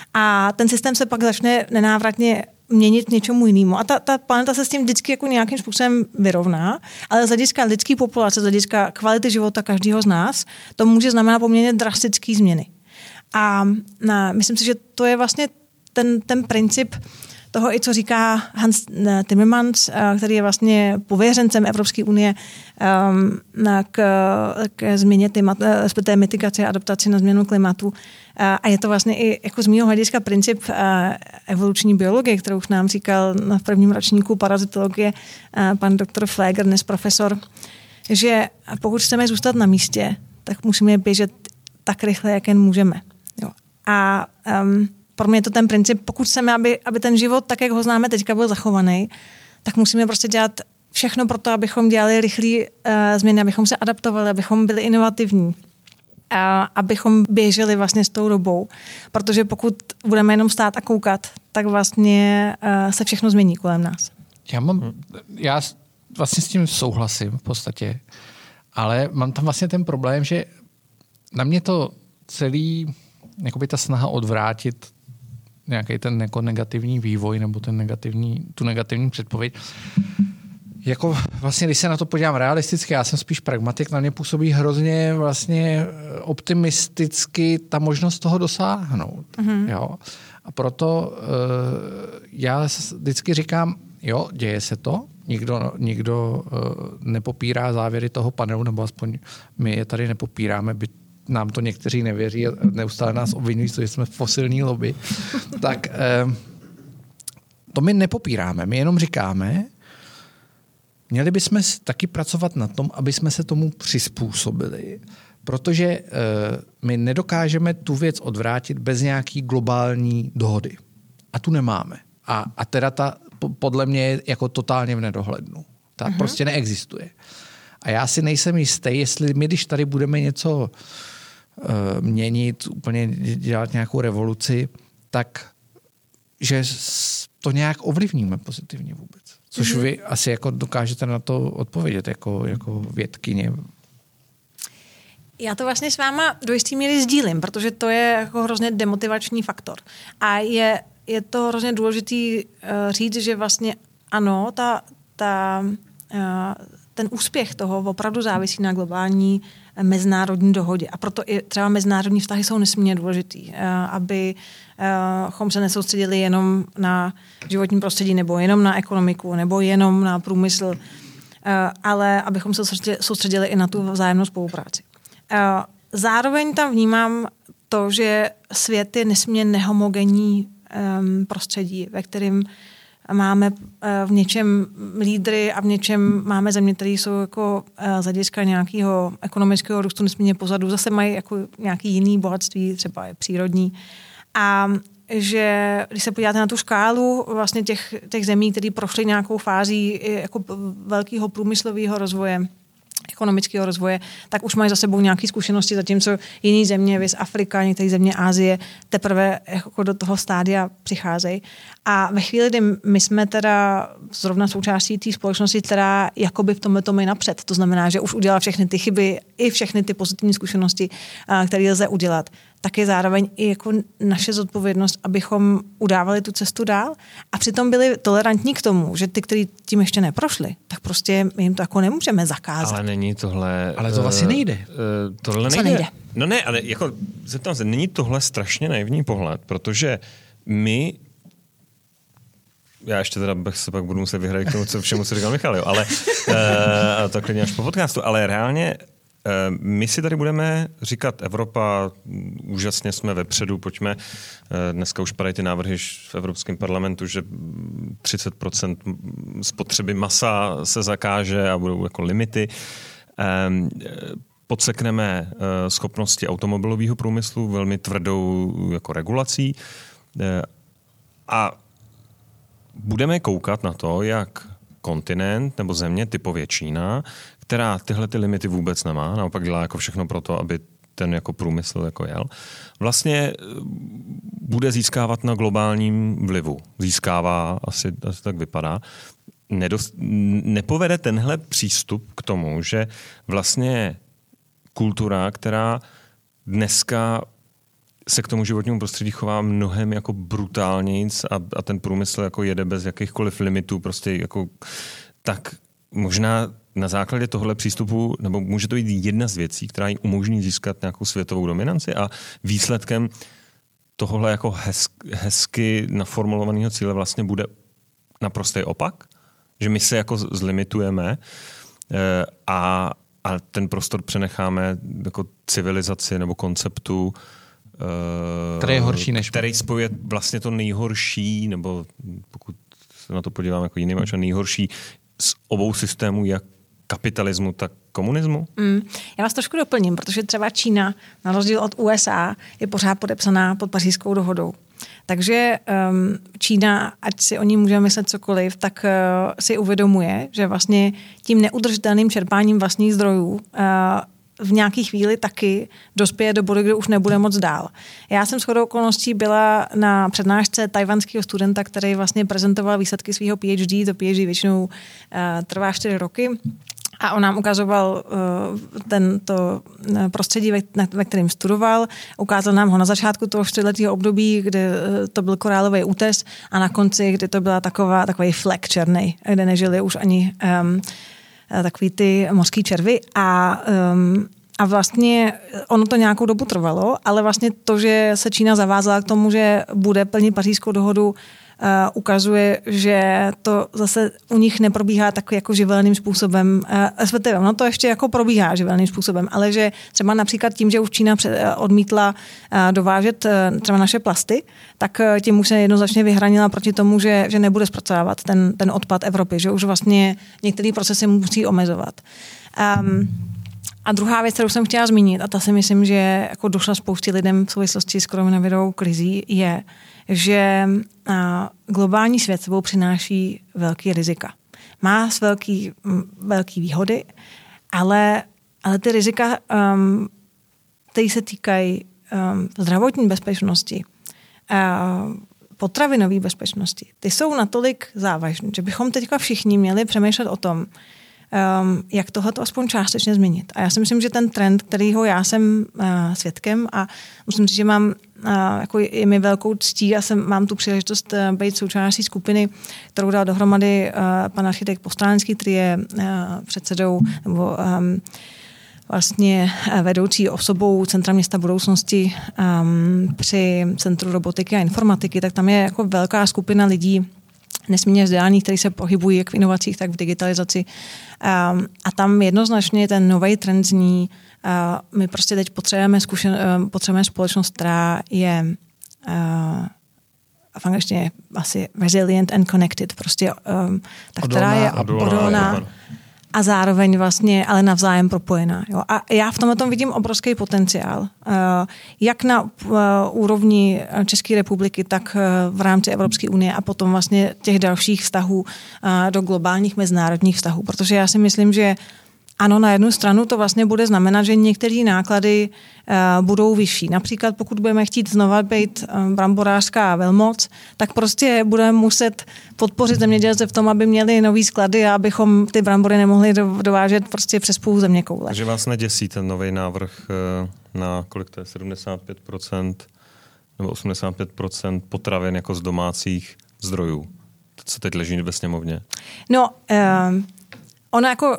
a ten systém se pak začne nenávratně měnit něčemu jinému. A ta, ta planeta se s tím vždycky jako nějakým způsobem vyrovná, ale z hlediska lidské populace, z hlediska kvality života každého z nás, to může znamenat poměrně drastické změny. A na, myslím si, že to je vlastně ten, ten princip toho, i co říká Hans Timmermans, který je vlastně pověřencem Evropské unie um, k, k změně té mitigace a adaptaci na změnu klimatu. A je to vlastně i jako z mýho hlediska princip evoluční biologie, kterou už nám říkal v prvním ročníku parazitologie pan doktor Pfleger, dnes profesor, že pokud chceme zůstat na místě, tak musíme běžet tak rychle, jak jen můžeme. Jo. A um, pro mě je to ten princip, pokud chceme, aby, aby ten život, tak jak ho známe teďka, byl zachovaný, tak musíme prostě dělat všechno pro to, abychom dělali rychlé uh, změny, abychom se adaptovali, abychom byli inovativní, a abychom běželi vlastně s tou dobou. Protože pokud budeme jenom stát a koukat, tak vlastně uh, se všechno změní kolem nás. Já mám, já vlastně s tím souhlasím v podstatě, ale mám tam vlastně ten problém, že na mě to celý, jakoby ta snaha odvrátit nějaký ten jako negativní vývoj nebo ten negativní, tu negativní předpověď. Jako vlastně, když se na to podívám realisticky, já jsem spíš pragmatik, na mě působí hrozně vlastně optimisticky ta možnost toho dosáhnout. Mm-hmm. Jo? A proto uh, já vždycky říkám, jo, děje se to, nikdo, nikdo uh, nepopírá závěry toho panelu, nebo aspoň my je tady nepopíráme, byť nám to někteří nevěří a neustále nás obvinují, že jsme fosilní lobby, tak eh, to my nepopíráme. My jenom říkáme, měli bychom taky pracovat na tom, aby jsme se tomu přizpůsobili, protože eh, my nedokážeme tu věc odvrátit bez nějaký globální dohody. A tu nemáme. A, a teda ta podle mě je jako totálně v nedohlednu. Ta uh-huh. prostě neexistuje. A já si nejsem jistý, jestli my, když tady budeme něco uh, měnit, úplně dělat nějakou revoluci, tak že to nějak ovlivníme pozitivně vůbec. Což uh-huh. vy asi jako dokážete na to odpovědět jako, jako vědkyně. Já to vlastně s váma do jistý míry sdílím, protože to je jako hrozně demotivační faktor. A je, je to hrozně důležitý uh, říct, že vlastně ano, ta, ta, uh, ten úspěch toho opravdu závisí na globální uh, mezinárodní dohodě. A proto i třeba mezinárodní vztahy jsou nesmírně důležitý, uh, aby uh, se nesoustředili jenom na životní prostředí nebo jenom na ekonomiku nebo jenom na průmysl, uh, ale abychom se soustředili i na tu vzájemnou spolupráci. Zároveň tam vnímám to, že svět je nesmírně nehomogenní um, prostředí, ve kterém máme uh, v něčem lídry a v něčem máme země, které jsou jako uh, z hlediska nějakého ekonomického růstu nesmírně pozadu. Zase mají jako nějaký jiný bohatství, třeba je přírodní. A že když se podíváte na tu škálu vlastně těch, těch zemí, které prošly nějakou fází jako velkého průmyslového rozvoje, ekonomického rozvoje, tak už mají za sebou nějaké zkušenosti, zatímco jiné země, viz Afrika, některé země Asie, teprve jako do toho stádia přicházejí. A ve chvíli, kdy my jsme teda zrovna součástí té společnosti, která jakoby v tomhle tomu je napřed, to znamená, že už udělala všechny ty chyby i všechny ty pozitivní zkušenosti, které lze udělat, tak je zároveň i jako naše zodpovědnost, abychom udávali tu cestu dál a přitom byli tolerantní k tomu, že ty, kteří tím ještě neprošli, tak prostě my jim to jako nemůžeme zakázat. Ale není tohle... Ale to vlastně nejde. Uh, tohle Co nejde. nejde? No ne, ale jako zeptám se, není tohle strašně naivní pohled, protože my já ještě teda se pak budu muset vyhrát k tomu, co všemu, co říkal Michal, jo, ale uh, to klidně až po podcastu, ale reálně my si tady budeme říkat Evropa, úžasně jsme vepředu, pojďme. Dneska už padají ty návrhy v Evropském parlamentu, že třicet procent spotřeby masa se zakáže a budou jako limity. Podsekneme schopnosti automobilového průmyslu velmi tvrdou jako regulací a budeme koukat na to, jak kontinent nebo země typově Čína, která tyhle ty limity vůbec nemá, naopak dělá jako všechno pro to, aby ten jako průmysl jako jel, vlastně bude získávat na globálním vlivu. Získává, asi, asi tak vypadá. Nedost, nepovede tenhle přístup k tomu, že vlastně kultura, která dneska se k tomu životnímu prostředí chová mnohem jako brutálnějc a, a ten průmysl jako jede bez jakýchkoliv limitů, prostě jako tak možná na základě tohle přístupu, nebo může to být jedna z věcí, která jí umožní získat nějakou světovou dominanci a výsledkem tohohle jako hez, hezky naformulovaného cíle vlastně bude naprostý opak, že my se jako zlimitujeme a, a ten prostor přenecháme jako civilizaci nebo konceptu, který je horší než... Který spojuje vlastně to nejhorší, nebo pokud se na to podívám jako jiným, nejhorší z obou systémů, jak kapitalismu, tak komunismu? Mm, já vás trošku doplním, protože třeba Čína, na rozdíl od U S A, je pořád podepsaná pod Pařížskou dohodou. Takže um, Čína, ať si o ní můžeme myslet cokoliv, tak uh, si uvědomuje, že vlastně tím neudržitelným čerpáním vlastních zdrojů uh, v nějaký chvíli taky dospěje do bodu, kde už nebude moc dál. Já jsem shodou okolností byla na přednášce tajvanského studenta, který vlastně prezentoval výsledky svého P H D. To P H D většinou uh, trvá čtyři roky. A on nám ukazoval uh, tento prostředí, ve, ve kterém studoval. Ukázal nám ho na začátku toho čtyřletého období, kde uh, to byl korálový útes a na konci, kdy to byla taková, takový flek černý, kde nežili už ani um, takový ty mořský červy a, um, a vlastně ono to nějakou dobu trvalo, ale vlastně to, že se Čína zavázala k tomu, že bude plnit Pařížskou dohodu, uh, ukazuje, že to zase u nich neprobíhá tak jako živelným způsobem. Uh, respektive, no to ještě jako probíhá živelným způsobem, ale že třeba například tím, že už Čína odmítla uh, dovážet uh, třeba naše plasty, tak uh, tím už se jednoznačně vyhranila proti tomu, že, že nebude zpracovávat ten, ten odpad Evropy, že už vlastně některé procesy musí omezovat. Um, A druhá věc, kterou jsem chtěla zmínit, a ta si myslím, že jako došla spoustě lidem v souvislosti s koronavirovou krizí, je, že globální svět sebou přináší velký rizika. Má velký, velký výhody, ale, ale ty rizika, um, které se týkají um, zdravotní bezpečnosti, uh, potravinové bezpečnosti, ty jsou natolik závažné, že bychom teďka všichni měli přemýšlet o tom, um, jak tohleto aspoň částečně změnit. A já si myslím, že ten trend, kterýho já jsem uh, svědkem a musím říct, že mám uh, jako je mi velkou ctí a jsem, mám tu příležitost uh, být součástí skupiny, kterou dal dohromady uh, pan architekt Postránecký, který je uh, předsedou nebo um, vlastně vedoucí osobou Centra města budoucnosti um, při Centru robotiky a informatiky, tak tam je jako velká skupina lidí, nesmírně vzdělaných, kteří se pohybují jak v inovacích, tak v digitalizaci. Um, a tam jednoznačně ten nový trend zní, uh, my prostě teď potřebujeme, zkušen, uh, potřebujeme společnost, která je uh, v angličtině asi resilient and connected, prostě um, ta, která je odolná a zároveň vlastně ale navzájem propojená. Jo. A já v tomhle tom vidím obrovský potenciál. Uh, jak na uh, úrovni České republiky, tak uh, v rámci Evropské unie a potom vlastně těch dalších vztahů uh, do globálních mezinárodních vztahů. Protože já si myslím, že ano, na jednu stranu to vlastně bude znamenat, že některé náklady uh, budou vyšší. Například pokud budeme chtít znova být uh, bramborářská velmoc, tak prostě budeme muset podpořit zemědělce v tom, aby měli nový sklady a abychom ty brambory nemohli do, dovážet prostě přes půl zeměkoule. Takže vás neděsí ten nový návrh uh, na kolik to je, sedmdesát pět procent nebo osmdesát pět procent potravin jako z domácích zdrojů, to, co teď leží ve sněmovně? No, uh, ono jako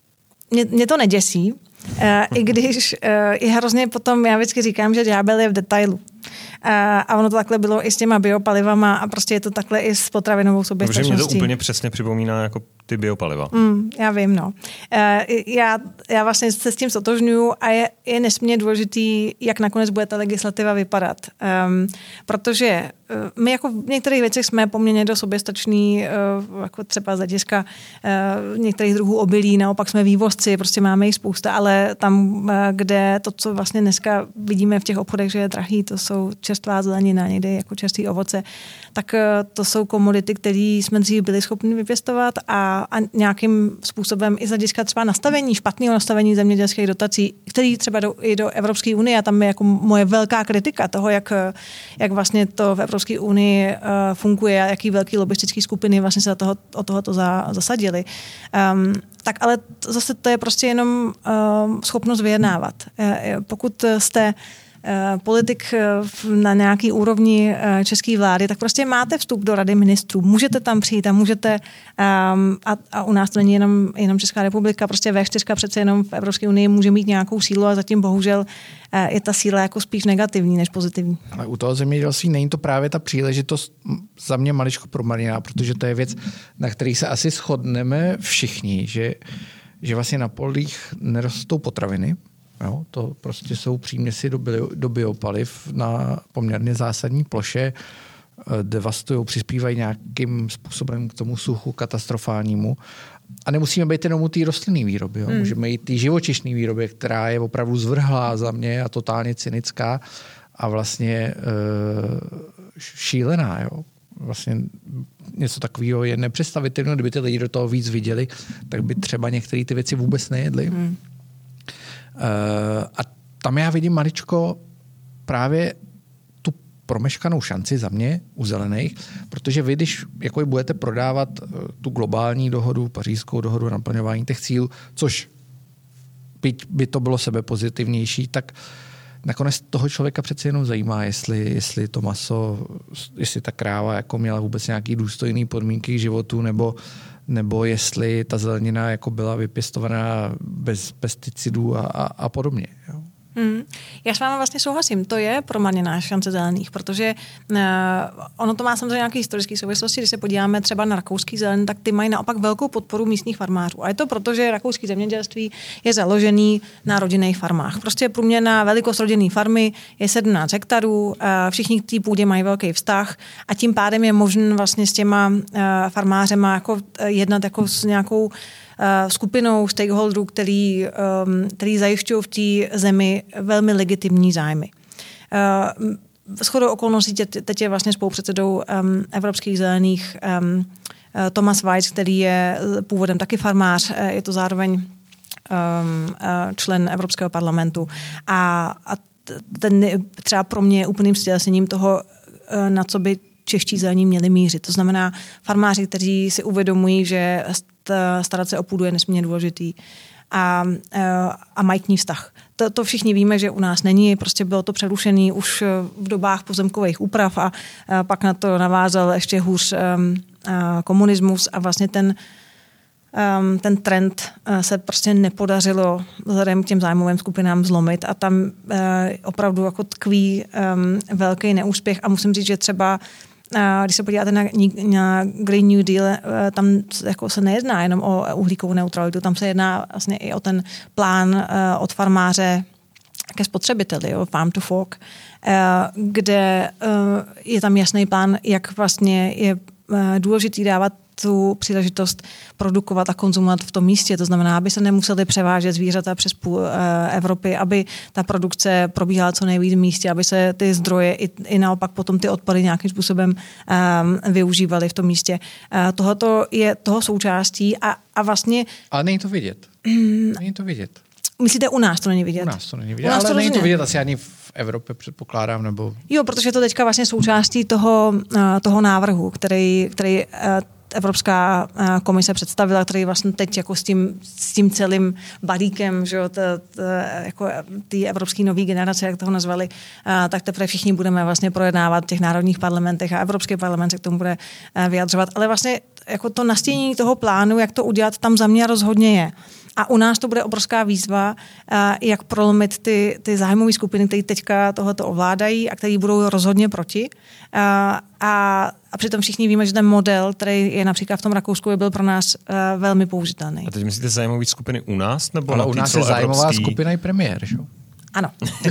Mě, mě to neděsí, uh, i když uh, je hrozně potom, já vždycky říkám, že ďábel je v detailu. Uh, a ono to takhle bylo i s těma biopalivama a prostě je to takhle i s potravinovou soběstačností. Protože mě to úplně přesně připomíná jako ty biopaliva. Mm, já vím, no. Uh, já, já vlastně se s tím stotožňuju a je, je nesmírně důležitý, jak nakonec bude ta legislativa vypadat. Um, protože uh, my jako v některých věcech jsme poměrně dost soběstační, uh, jako třeba z hlediska uh, některých druhů obilí, naopak jsme vývozci, prostě máme jich spousta, ale tam, uh, kde to, co vlastně dneska vidíme v těch obchodech, že je drahý, to jsou čerstvá zelenina, někde jako čerstvé ovoce, tak uh, to jsou komodity, které jsme dřív byli schopni vypěstovat a a nějakým způsobem i z hlediska třeba nastavení, špatného nastavení zemědělských dotací, který třeba do, i do Evropské unie, a tam je jako moje velká kritika toho, jak, jak vlastně to v Evropské unii uh, funguje a jaký velký lobistický skupiny vlastně se toho, o tohoto za, zasadili. Um, tak ale to, zase to je prostě jenom um, schopnost vyjednávat. Uh, pokud jste politik na nějaký úrovni české vlády, tak prostě máte vstup do Rady ministrů. Můžete tam přijít a můžete, um, a, a u nás to není jenom, jenom Česká republika, prostě vé čtyři přece jenom v Evropské unii může mít nějakou sílu a zatím bohužel je ta síla jako spíš negativní než pozitivní. Ale u toho zemědělství není to právě ta příležitost za mě maličko promarněná, protože to je věc, na který se asi shodneme všichni, že, že vlastně na polích nerostou potraviny. Jo, to prostě jsou příměsi do, bio, do biopaliv na poměrně zásadní ploše, devastují, přispívají nějakým způsobem k tomu suchu katastrofálnímu. A nemusíme být jenom u té rostlinné výroby. Jo. Hmm. Můžeme jít té živočišné výroby, která je opravdu zvrhlá za mě a totálně cynická a vlastně e, šílená. Jo. Vlastně něco takového je nepředstavitelné. Kdyby ty lidi do toho víc viděli, tak by třeba některé ty věci vůbec nejedli. Hmm. Uh, a tam já vidím maličko právě tu promeškanou šanci za mě u zelených, protože vy, když jako budete prodávat uh, tu globální dohodu, pařížskou dohodu naplňování těch cílů, což byť by to bylo sebepozitivnější, tak nakonec toho člověka přece jenom zajímá, jestli, jestli to maso, jestli ta kráva jako měla vůbec nějaký důstojný podmínky k životu, nebo nebo jestli ta zelenina jako byla vypěstovaná bez pesticidů a, a, a podobně. Jo. Hmm. Já s vámi vlastně souhlasím, to je promarněná šance zelených, protože uh, ono to má samozřejmě nějaké historické souvislosti, když se podíváme třeba na rakouský zelen, tak ty mají naopak velkou podporu místních farmářů. A je to proto, že rakouský zemědělství je založený na rodinných farmách. Prostě průměrná velikost rodinné farmy je sedmnáct hektarů, uh, všichni k té půdě mají velký vztah a tím pádem je možné vlastně s těma uh, farmářema jako jednat jako s nějakou skupinou stakeholderů, který, který zajišťují v té zemi velmi legitimní zájmy. shodou okolností teď je vlastně spolupředsedou um, Evropských zelených um, Thomas Weiss, který je původem taky farmář, je to zároveň um, člen Evropského parlamentu a, a ten třeba pro mě je úplným stělesněním toho, na co by čeští zelení měli mířit. To znamená farmáři, kteří si uvědomují, že starat se o půdu je nesmírně důležitý a, a mají k ní vztah. To, to všichni víme, že u nás není, prostě bylo to přerušené už v dobách pozemkových úprav a, a pak na to navázal ještě hůř um, a komunismus a vlastně ten, um, ten trend uh, se prostě nepodařilo vzhledem k těm zájmovým skupinám zlomit a tam uh, opravdu jako tkví um, velký neúspěch a musím říct, že třeba když se podíváte na, na Green New Deal, tam jako se nejedná jenom o uhlíkovou neutralitu, tam se jedná vlastně i o ten plán od farmáře ke spotřebiteli, jo, Farm to Fork, kde je tam jasný plán, jak vlastně je důležitý dávat tu příležitost produkovat a konzumovat v tom místě. To znamená, aby se nemuseli převážet zvířata přes půl Evropy, aby ta produkce probíhala co nejvíc v místě, aby se ty zdroje i, i naopak potom ty odpady nějakým způsobem um, využívaly v tom místě. Uh, tohoto je toho součástí a, a vlastně... Ale není to vidět. Není to vidět. Myslíte, u nás to není vidět? U nás to není vidět, ale to není to vidět asi ani v Evropě, předpokládám, nebo... Jo, protože je to teďka vlastně součástí toho, toho návrhu, který, který Evropská komise představila, který vlastně teď jako s tím, s tím celým balíkem, že jo, t, t, jako ty evropský nový generace, jak toho nazvali, tak teprve všichni budeme vlastně projednávat v těch národních parlamentech a Evropský parlament se k tomu bude vyjadřovat. Ale vlastně jako to nastínění toho plánu, jak to udělat, tam za mě rozhodně je. A u nás to bude obrovská výzva, jak prolomit ty, ty zájmové skupiny, které teďka tohleto ovládají a které budou rozhodně proti. A, a, a přitom všichni víme, že ten model, který je například v tom Rakousku, byl pro nás uh, velmi použitelný. A teď myslíte zájmové skupiny u nás? Nebo ale na u nás je zájmová skupina i premiér, že? Ano.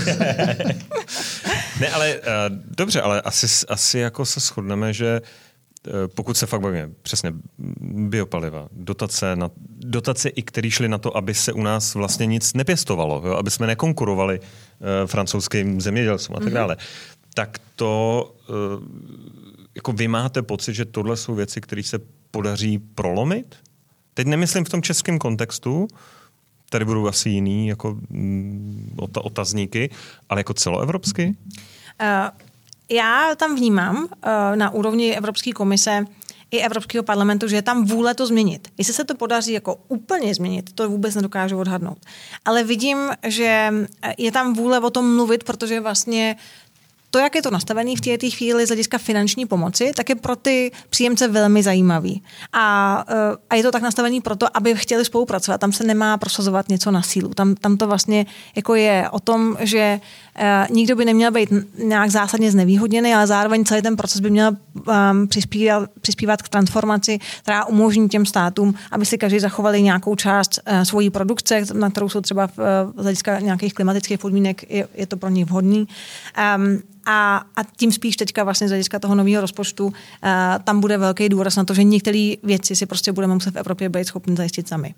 Ne, ale uh, dobře, ale asi, asi jako se shodneme, že pokud se fakt bavíme, přesně biopaliva, dotace, na, dotace i které šly na to, aby se u nás vlastně nic nepěstovalo, jo? Aby jsme nekonkurovali uh, francouzským zemědělcům a tak dále. Mm-hmm. Tak to, uh, jako vy máte pocit, že tohle jsou věci, které se podaří prolomit? Teď nemyslím v tom českém kontextu, tady budou asi jiný jako mm, otazníky, ale jako celoevropsky? Uh... Já tam vnímám uh, na úrovni Evropské komise i Evropského parlamentu, že je tam vůle to změnit. Jestli se to podaří jako úplně změnit, to vůbec nedokážu odhadnout. Ale vidím, že je tam vůle o tom mluvit, protože vlastně to, jak je to nastavené v této chvíli z hlediska finanční pomoci, tak je pro ty příjemce velmi zajímavý. A, a je to tak nastavené proto, aby chtěli spolupracovat. Tam se nemá prosazovat něco na sílu. Tam, tam to vlastně jako je o tom, že uh, nikdo by neměl být nějak zásadně znevýhodněný, ale zároveň celý ten proces by měl um, přispívat, přispívat k transformaci, která umožní těm státům, aby si každý zachovali nějakou část uh, svojí produkce, na kterou jsou třeba v, uh, z hlediska nějakých klimatických podmínek, je, je to pro ně vhodný. Um, A, a tím spíš teďka vlastně z hlediska toho nového rozpočtu uh, tam bude velký důraz na to, že některé věci si prostě budeme muset v Evropě být schopni zajistit sami.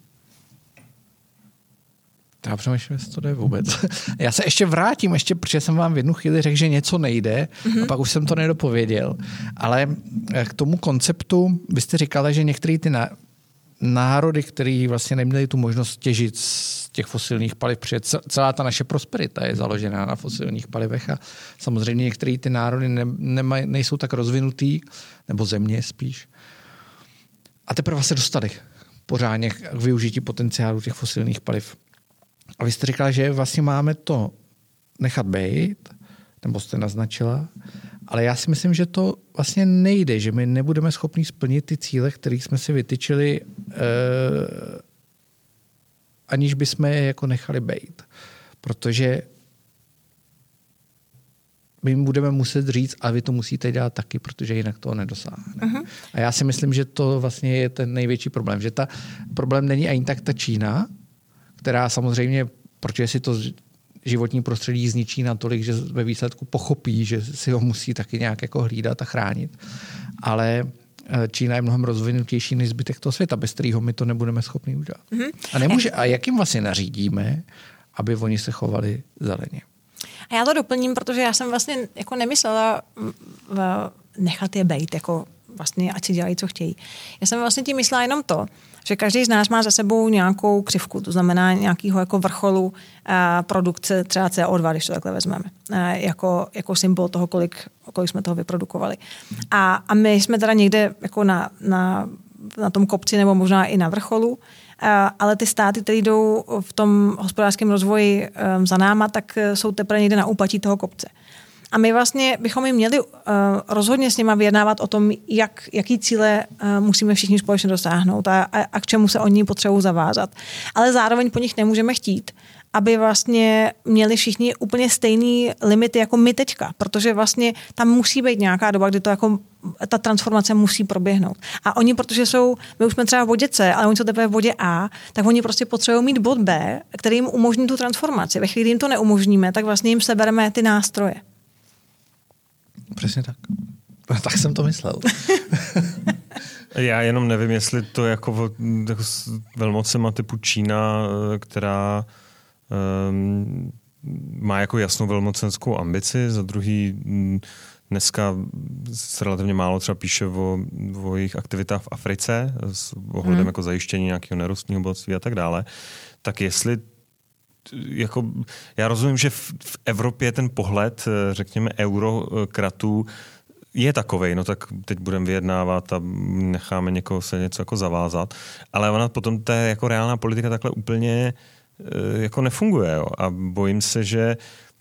Já přemýšlím, jestli to jde vůbec. Já se ještě vrátím, ještě, protože jsem vám v jednu chvíli řekl, že něco nejde mm-hmm. a pak už jsem to nedopověděl. Ale k tomu konceptu, vy jste říkala, že některé ty na, národy, které vlastně neměli tu možnost těžit z těch fosilních paliv, protože celá ta naše prosperita je založená na fosilních palivech a samozřejmě některé ty národy ne, nemaj, nejsou tak rozvinutý, nebo země spíš. A teprve se dostali pořádně k využití potenciálu těch fosilních paliv. A vy jste říkala, že vlastně máme to nechat být, nebo jste naznačila, ale já si myslím, že to vlastně nejde, že my nebudeme schopni splnit ty cíle, které jsme si vytyčili, eh, aniž bychom je jako nechali být. Protože my jim budeme muset říct, a vy to musíte dělat taky, protože jinak toho nedosáhne. Uh-huh. A já si myslím, že to vlastně je ten největší problém. Že ta problém není ani tak ta Čína, která samozřejmě, protože si to životní prostředí zničí natolik, že ve výsledku pochopí, že si ho musí taky nějak jako hlídat a chránit. Ale Čína je mnohem rozvinutější než zbytek toho světa, bez kterého my to nebudeme schopni udělat. Mm-hmm. A nemůže, a jak jim vlastně nařídíme, aby oni se chovali zeleně? A já to doplním, protože já jsem vlastně jako nemyslela v, nechat je bejt, jako vlastně ať si dělají, co chtějí. Já jsem vlastně tím myslela jenom to, že každý z nás má za sebou nějakou křivku, to znamená nějakého jako vrcholu a, produkce třeba C O dva, když to takhle vezmeme, a, jako, jako symbol toho, kolik, kolik jsme toho vyprodukovali. A, a my jsme teda někde jako na, na, na tom kopci nebo možná i na vrcholu, a, ale ty státy, které jdou v tom hospodářském rozvoji um, za náma, tak jsou teprve někde na úpatí toho kopce. A my vlastně bychom jim měli uh, rozhodně s nima vyjednávat o tom, jak, jaký cíle uh, musíme všichni společně dosáhnout a, a, a k čemu se oni potřebují zavázat. Ale zároveň po nich nemůžeme chtít, aby vlastně měli všichni úplně stejný limity jako my teďka, protože vlastně tam musí být nějaká doba, kdy to jako ta transformace musí proběhnout. A oni, protože jsou, my už jsme třeba v bodě C, ale oni jsou teprve v bodě A, tak oni prostě potřebují mít bod B, který jim umožní tu transformaci. Ve chvíli, kdy jim to neumožníme, tak vlastně jim sebereme ty nástroje. Přesně tak. Tak jsem to myslel. Já jenom nevím, jestli to jako, jako s velmocema typu Čína, která um, má jako jasnou velmocenskou ambici, za druhý dneska se relativně málo třeba píše o, o jejich aktivitách v Africe s ohledem hmm. jako zajištění nějakého nerostního bohatství a tak dále, tak jestli jako, já rozumím, že v, v Evropě ten pohled, řekněme, eurokratů je takovej, no tak teď budeme vyjednávat a necháme někoho se něco jako zavázat, ale ona potom ta jako reálná politika takhle úplně jako nefunguje, jo? A bojím se, že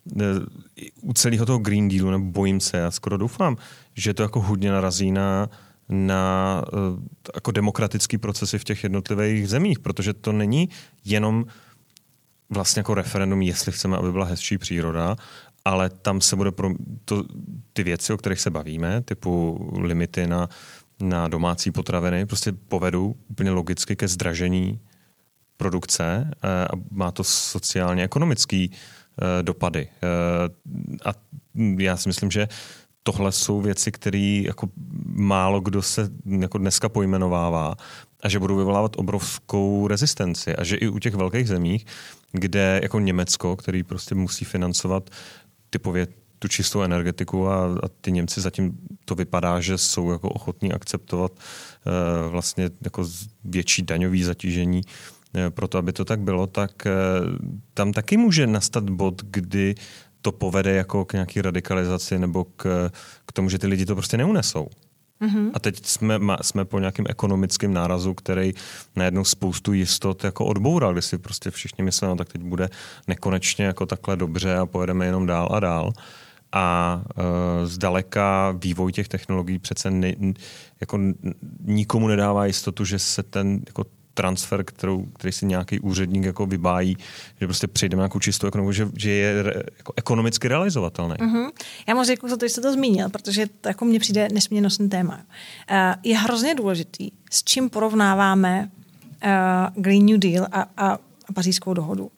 u celého toho Green Dealu, nebo bojím se, já skoro doufám, že to jako hodně narazí na, na jako demokratický procesy v těch jednotlivých zemích, protože to není jenom vlastně jako referendum, jestli chceme, aby byla hezčí příroda, ale tam se bude pro to, ty věci, o kterých se bavíme, typu limity na, na domácí potraviny, prostě povedou úplně logicky ke zdražení produkce a má to sociálně ekonomický dopady. A já si myslím, že tohle jsou věci, které jako málo kdo se jako dneska pojmenovává a že budou vyvolávat obrovskou rezistenci a že i u těch velkých zemích, kde jako Německo, který prostě musí financovat typově tu čistou energetiku a, a ty Němci zatím to vypadá, že jsou jako ochotní akceptovat uh, vlastně jako větší daňový zatížení uh, pro to, aby to tak bylo, tak uh, tam taky může nastat bod, kdy to povede jako k nějaký radikalizaci nebo k, k tomu, že ty lidi to prostě neunesou. Mm-hmm. A teď jsme, jsme po nějakém ekonomickém nárazu, který najednou spoustu jistot jako odboural, kdy si prostě všichni mysleli, no tak teď bude nekonečně jako takhle dobře a pojedeme jenom dál a dál. A e, zdaleka vývoj těch technologií přece ne, jako nikomu nedává jistotu, že se ten jako transfer, kterou, který si nějaký úředník jako vybájí, že prostě přejdeme nějakou čistou ekonomiku, že, že je re, jako ekonomicky realizovatelný. Mm-hmm. Já moc děkuji za to, že jste to zmínil, protože to jako mně přijde nesmírně nosný téma. Uh, je hrozně důležitý, s čím porovnáváme uh, Green New Deal a, a, a Pařížskou dohodu. Uh,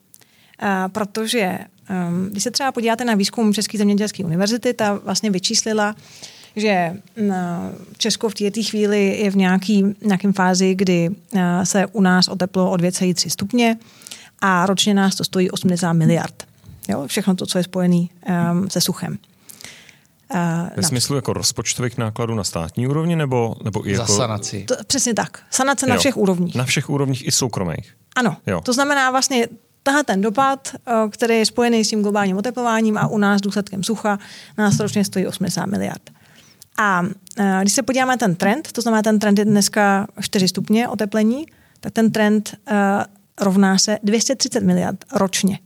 protože um, když se třeba podíváte na výzkum České zemědělské univerzity, ta vlastně vyčíslila, že Česko v této chvíli je v nějaký, nějakém fázi, kdy se u nás oteplilo o dvě celé tři stupně a ročně nás to stojí osmdesát miliard. Jo? Všechno to, co je spojené um, se suchem. Uh, Ve smyslu jako rozpočtových nákladů na státní úrovni nebo, nebo i jako... Za sanaci. To, přesně tak. Sanace na jo. všech úrovních. Na všech úrovních i soukromých. Ano. Jo. To znamená vlastně tahle ten dopad, který je spojený s tím globálním oteplováním a u nás důsledkem sucha, nás ročně stojí osmdesát miliard. A když se podíváme na ten trend, to znamená, ten trend je dneska čtyři stupně oteplení, tak ten trend uh, rovná se dvě stě třicet miliard ročně.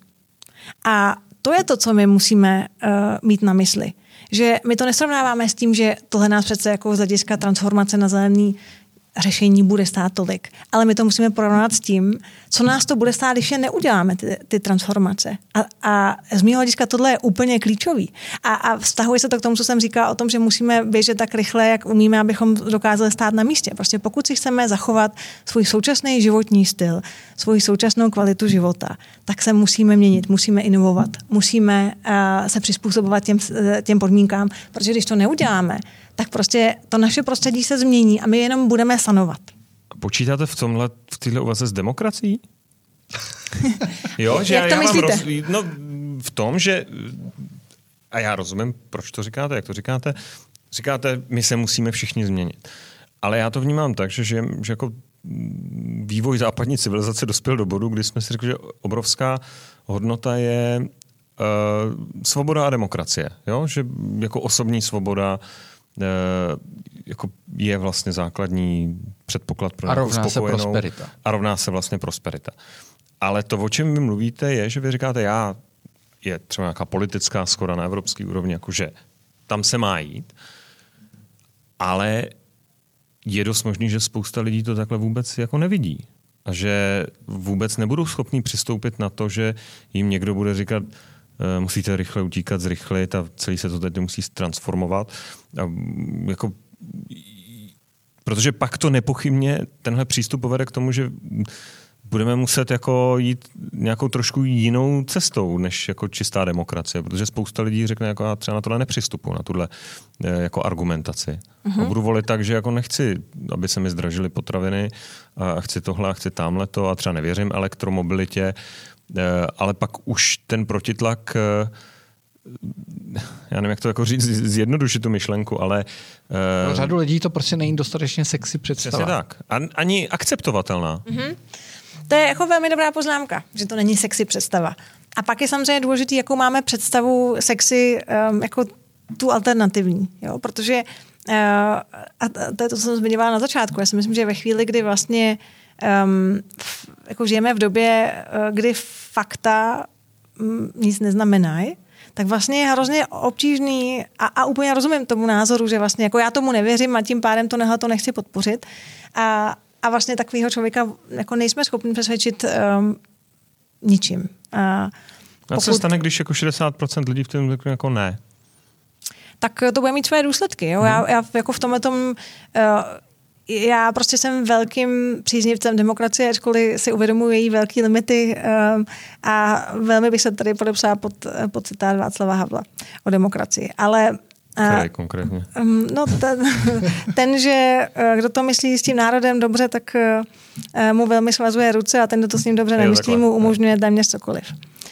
A to je to, co my musíme uh, mít na mysli. Že my to nesrovnáváme s tím, že tohle nás přece jako z hlediska transformace na zelený řešení bude stát tolik. Ale my to musíme porovnat s tím, co nás to bude stát, když je neuděláme ty, ty transformace. A, a z mého hlediska tohle je úplně klíčový. A, a vztahuje se to k tomu, co jsem říkala o tom, že musíme běžet tak rychle, jak umíme, abychom dokázali stát na místě. Prostě pokud si chceme zachovat svůj současný životní styl, svou současnou kvalitu života, tak se musíme měnit, musíme inovovat, musíme uh, se přizpůsobovat těm, těm podmínkám, protože když to neuděláme, tak prostě to naše prostředí se změní a my jenom budeme sanovat. Počítáte v tomhle, v této úvaze s demokracií? Jo, že Jak já, to já myslíte? Roz... No, v tom, že a já rozumím, proč to říkáte, jak to říkáte. Říkáte, my se musíme všichni změnit. Ale já to vnímám tak, že, že, že jako vývoj západní civilizace dospěl do bodu, kdy jsme si řekli, že obrovská hodnota je uh, svoboda a demokracie. Jo? Že jako osobní svoboda uh, jako je vlastně základní předpoklad pro nějakou spokojenou. A rovná se prosperita. A rovná se vlastně prosperita. Ale to, o čem vy mluvíte, je, že vy říkáte, já je třeba nějaká politická shoda na evropské úrovni, jakože tam se má jít, ale je dost možný, že spousta lidí to takhle vůbec jako nevidí. A že vůbec nebudou schopní přistoupit na to, že jim někdo bude říkat, musíte rychle utíkat, zrychlit a celý se to teď musí transformovat. A jako, protože pak to nepochybně tenhle přístup povede k tomu, že budeme muset jako jít nějakou trošku jinou cestou, než jako čistá demokracie, protože spousta lidí řekne, jako já třeba na tohle nepřistupuji, na tuhle jako argumentaci. Uh-huh. A budu volit tak, že jako nechci, aby se mi zdražily potraviny a chci tohle a chci tamhleto a třeba nevěřím elektromobilitě, ale pak už ten protitlak, já nevím, jak to jako říct, zjednodušit tu myšlenku, ale... No, řadu lidí to prostě není dostatečně sexy představa. Přesně tak. Ani akceptovatelná. Uh-huh. To je jako velmi dobrá poznámka, že to není sexy představa. A pak je samozřejmě důležitý, jakou máme představu sexy um, jako tu alternativní, jo? Protože uh, a to je to, co jsem zmiňovala na začátku. Já si myslím, že ve chvíli, kdy vlastně um, v, jako žijeme v době, uh, kdy fakta um, nic neznamenají, tak vlastně je hrozně obtížný a, a úplně rozumím tomu názoru, že vlastně jako já tomu nevěřím a tím pádem to nehle to nechci podpořit. A A vlastně takového člověka jako nejsme schopni přesvědčit um, ničím. A pokud... co se stane, když jako šedesát procent lidí v tom řekne jako ne? Tak to bude mít své důsledky. Jo? Hmm. Já, já jako v tomhle tom, uh, já prostě jsem velkým příznivcem demokracie, ačkoliv si uvědomuji její velké limity um, a velmi bych se tady podepsala pod, pod citát Václava Havla o demokracii. Ale Který konkrétně? No ten, ten, že kdo to myslí s tím národem dobře, tak mu velmi svazuje ruce a ten, kdo to s ním dobře nemyslí, mu umožňuje téměř cokoliv.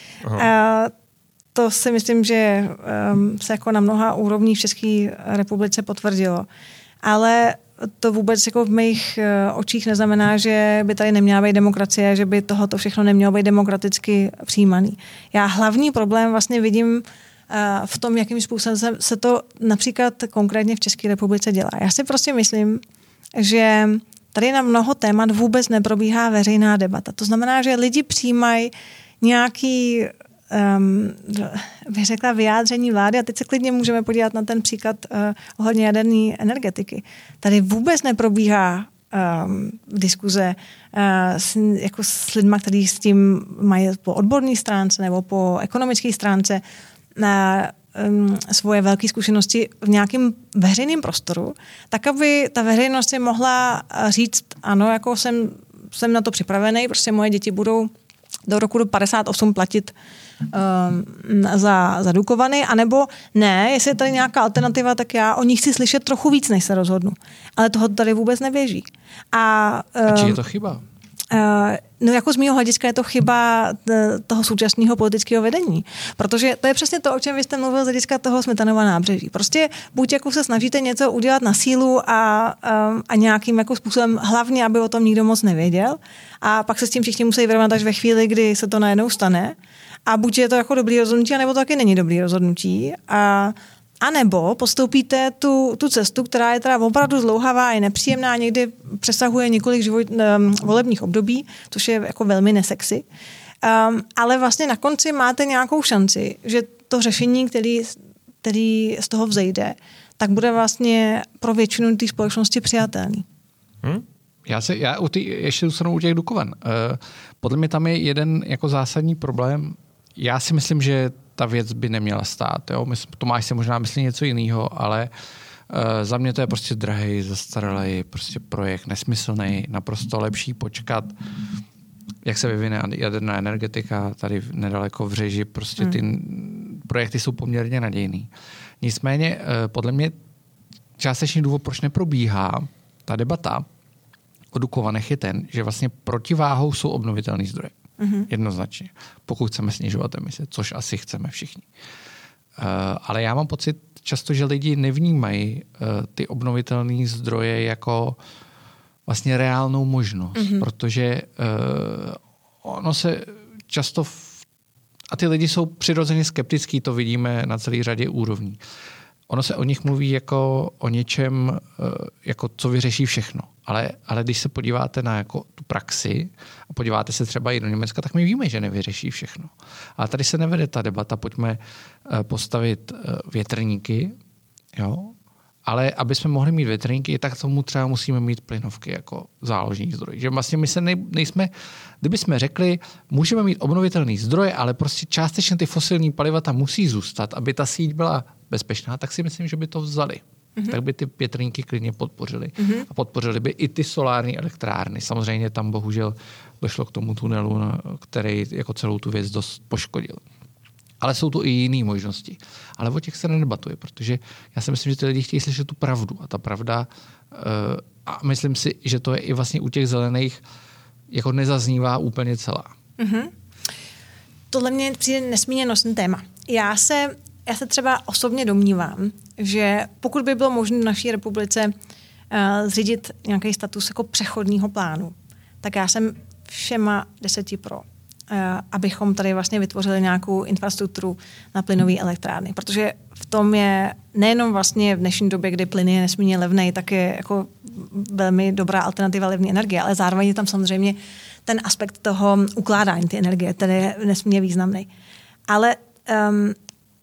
A to si myslím, že se jako na mnoha úrovních v České republice potvrdilo. Ale to vůbec jako v mých očích neznamená, že by tady neměla být demokracie, že by tohoto všechno nemělo být demokraticky přijímaný. Já hlavní problém vlastně vidím v tom, jakým způsobem se to například konkrétně v České republice dělá. Já si prostě myslím, že tady na mnoho témat vůbec neprobíhá veřejná debata. To znamená, že lidi přijímají nějaký, um, bych řekla, vyjádření vlády a teď se klidně můžeme podívat na ten příklad uh, ohledně jaderné energetiky. Tady vůbec neprobíhá um, diskuze uh, s, jako s lidma, kteří s tím mají po odborné stránce nebo po ekonomické stránce na um, svoje velké zkušenosti v nějakém veřejném prostoru, tak aby ta veřejnost si mohla říct, ano, jako jsem, jsem na to připravený, prostě moje děti budou do roku do padesát osm platit um, za, za Dukovany, anebo ne, jestli je tady nějaká alternativa, tak já o ní chci slyšet trochu víc, než se rozhodnu. Ale toho tady vůbec neběží. A, um, A či je to chyba? Uh, no jako z mýho hlediska je to chyba toho současného politického vedení. Protože to je přesně to, o čem vy jste mluvil z hlediska toho Smetanova nábřeží. Prostě buď jako se snažíte něco udělat na sílu a, um, a nějakým jako způsobem, hlavně, aby o tom nikdo moc nevěděl, a pak se s tím všichni musí vyrovnat až ve chvíli, kdy se to najednou stane. A buď je to jako dobrý rozhodnutí, anebo to taky není dobrý rozhodnutí. A A nebo postoupíte tu, tu cestu, která je teda opravdu zdlouhavá, je nepříjemná, někdy přesahuje několik život, um, volebních období, což je jako velmi nesexy. Um, ale vlastně na konci máte nějakou šanci, že to řešení, který, který z toho vzejde, tak bude vlastně pro většinu té společnosti přijatelný. Hmm? Já, se, já u tý, ještě zůstanu u těch Dukovan. Uh, podle mě tam je jeden jako zásadní problém. Já si myslím, že ta věc by neměla stát. Jo? Tomáš si možná myslí něco jiného, ale uh, za mě to je prostě drahý, zastaralý prostě projekt, nesmyslný, naprosto lepší počkat, jak se vyvine jaderná energetika tady nedaleko v Řeži. Prostě ty hmm. projekty jsou poměrně nadějný. Nicméně uh, podle mě částečný důvod, proč neprobíhá ta debata o Dukovanech je ten, že vlastně protiváhou jsou obnovitelné zdroje. Mm-hmm. Jednoznačně. Pokud chceme snižovat emise, což asi chceme všichni. ale já mám pocit často, že lidi nevnímají uh, ty obnovitelné zdroje jako vlastně reálnou možnost, mm-hmm. protože uh, ono se často v... a ty lidi jsou přirozeně skeptický, to vidíme na celé řadě úrovní. Ono se o nich mluví jako o něčem, jako co vyřeší všechno. Ale, ale když se podíváte na jako tu praxi a podíváte se třeba i do Německa, tak my víme, že nevyřeší všechno. Ale tady se nevede ta debata, pojďme postavit větrníky, jo? Ale aby jsme mohli mít větrníky, tak tomu třeba musíme mít plynovky jako záložní zdroj. Že vlastně my se nej, nejsme, kdyby jsme řekli, můžeme mít obnovitelný zdroje, ale prostě částečně ty fosilní paliva tam musí zůstat, aby ta síť byla bezpečná, tak si myslím, že by to vzali. Mm-hmm. Tak by ty větrníky klidně podpořili. Mm-hmm. A podpořili by i ty solární elektrárny. Samozřejmě tam bohužel došlo k tomu tunelu, který jako celou tu věc dost poškodil. Ale jsou tu i jiné možnosti. Ale o těch se nedebatuje, protože já si myslím, že ty lidi chtějí slyšet tu pravdu. A ta pravda, uh, a myslím si, že to je i vlastně u těch zelených, jako nezaznívá úplně celá. Mm-hmm. Tohle mě přijde nesmírně nosný téma. Já se, já se třeba osobně domnívám, že pokud by bylo možné v naší republice uh, zřídit nějaký status jako přechodního plánu, tak já jsem všema deseti pro. Abychom tady vlastně vytvořili nějakou infrastrukturu na plynové elektrárny. Protože v tom je nejenom vlastně v dnešní době, kdy plyn je nesmírně levný, tak je jako velmi dobrá alternativa levné energie, ale zároveň je tam samozřejmě ten aspekt toho ukládání té energie, který je nesmírně významný. Ale um,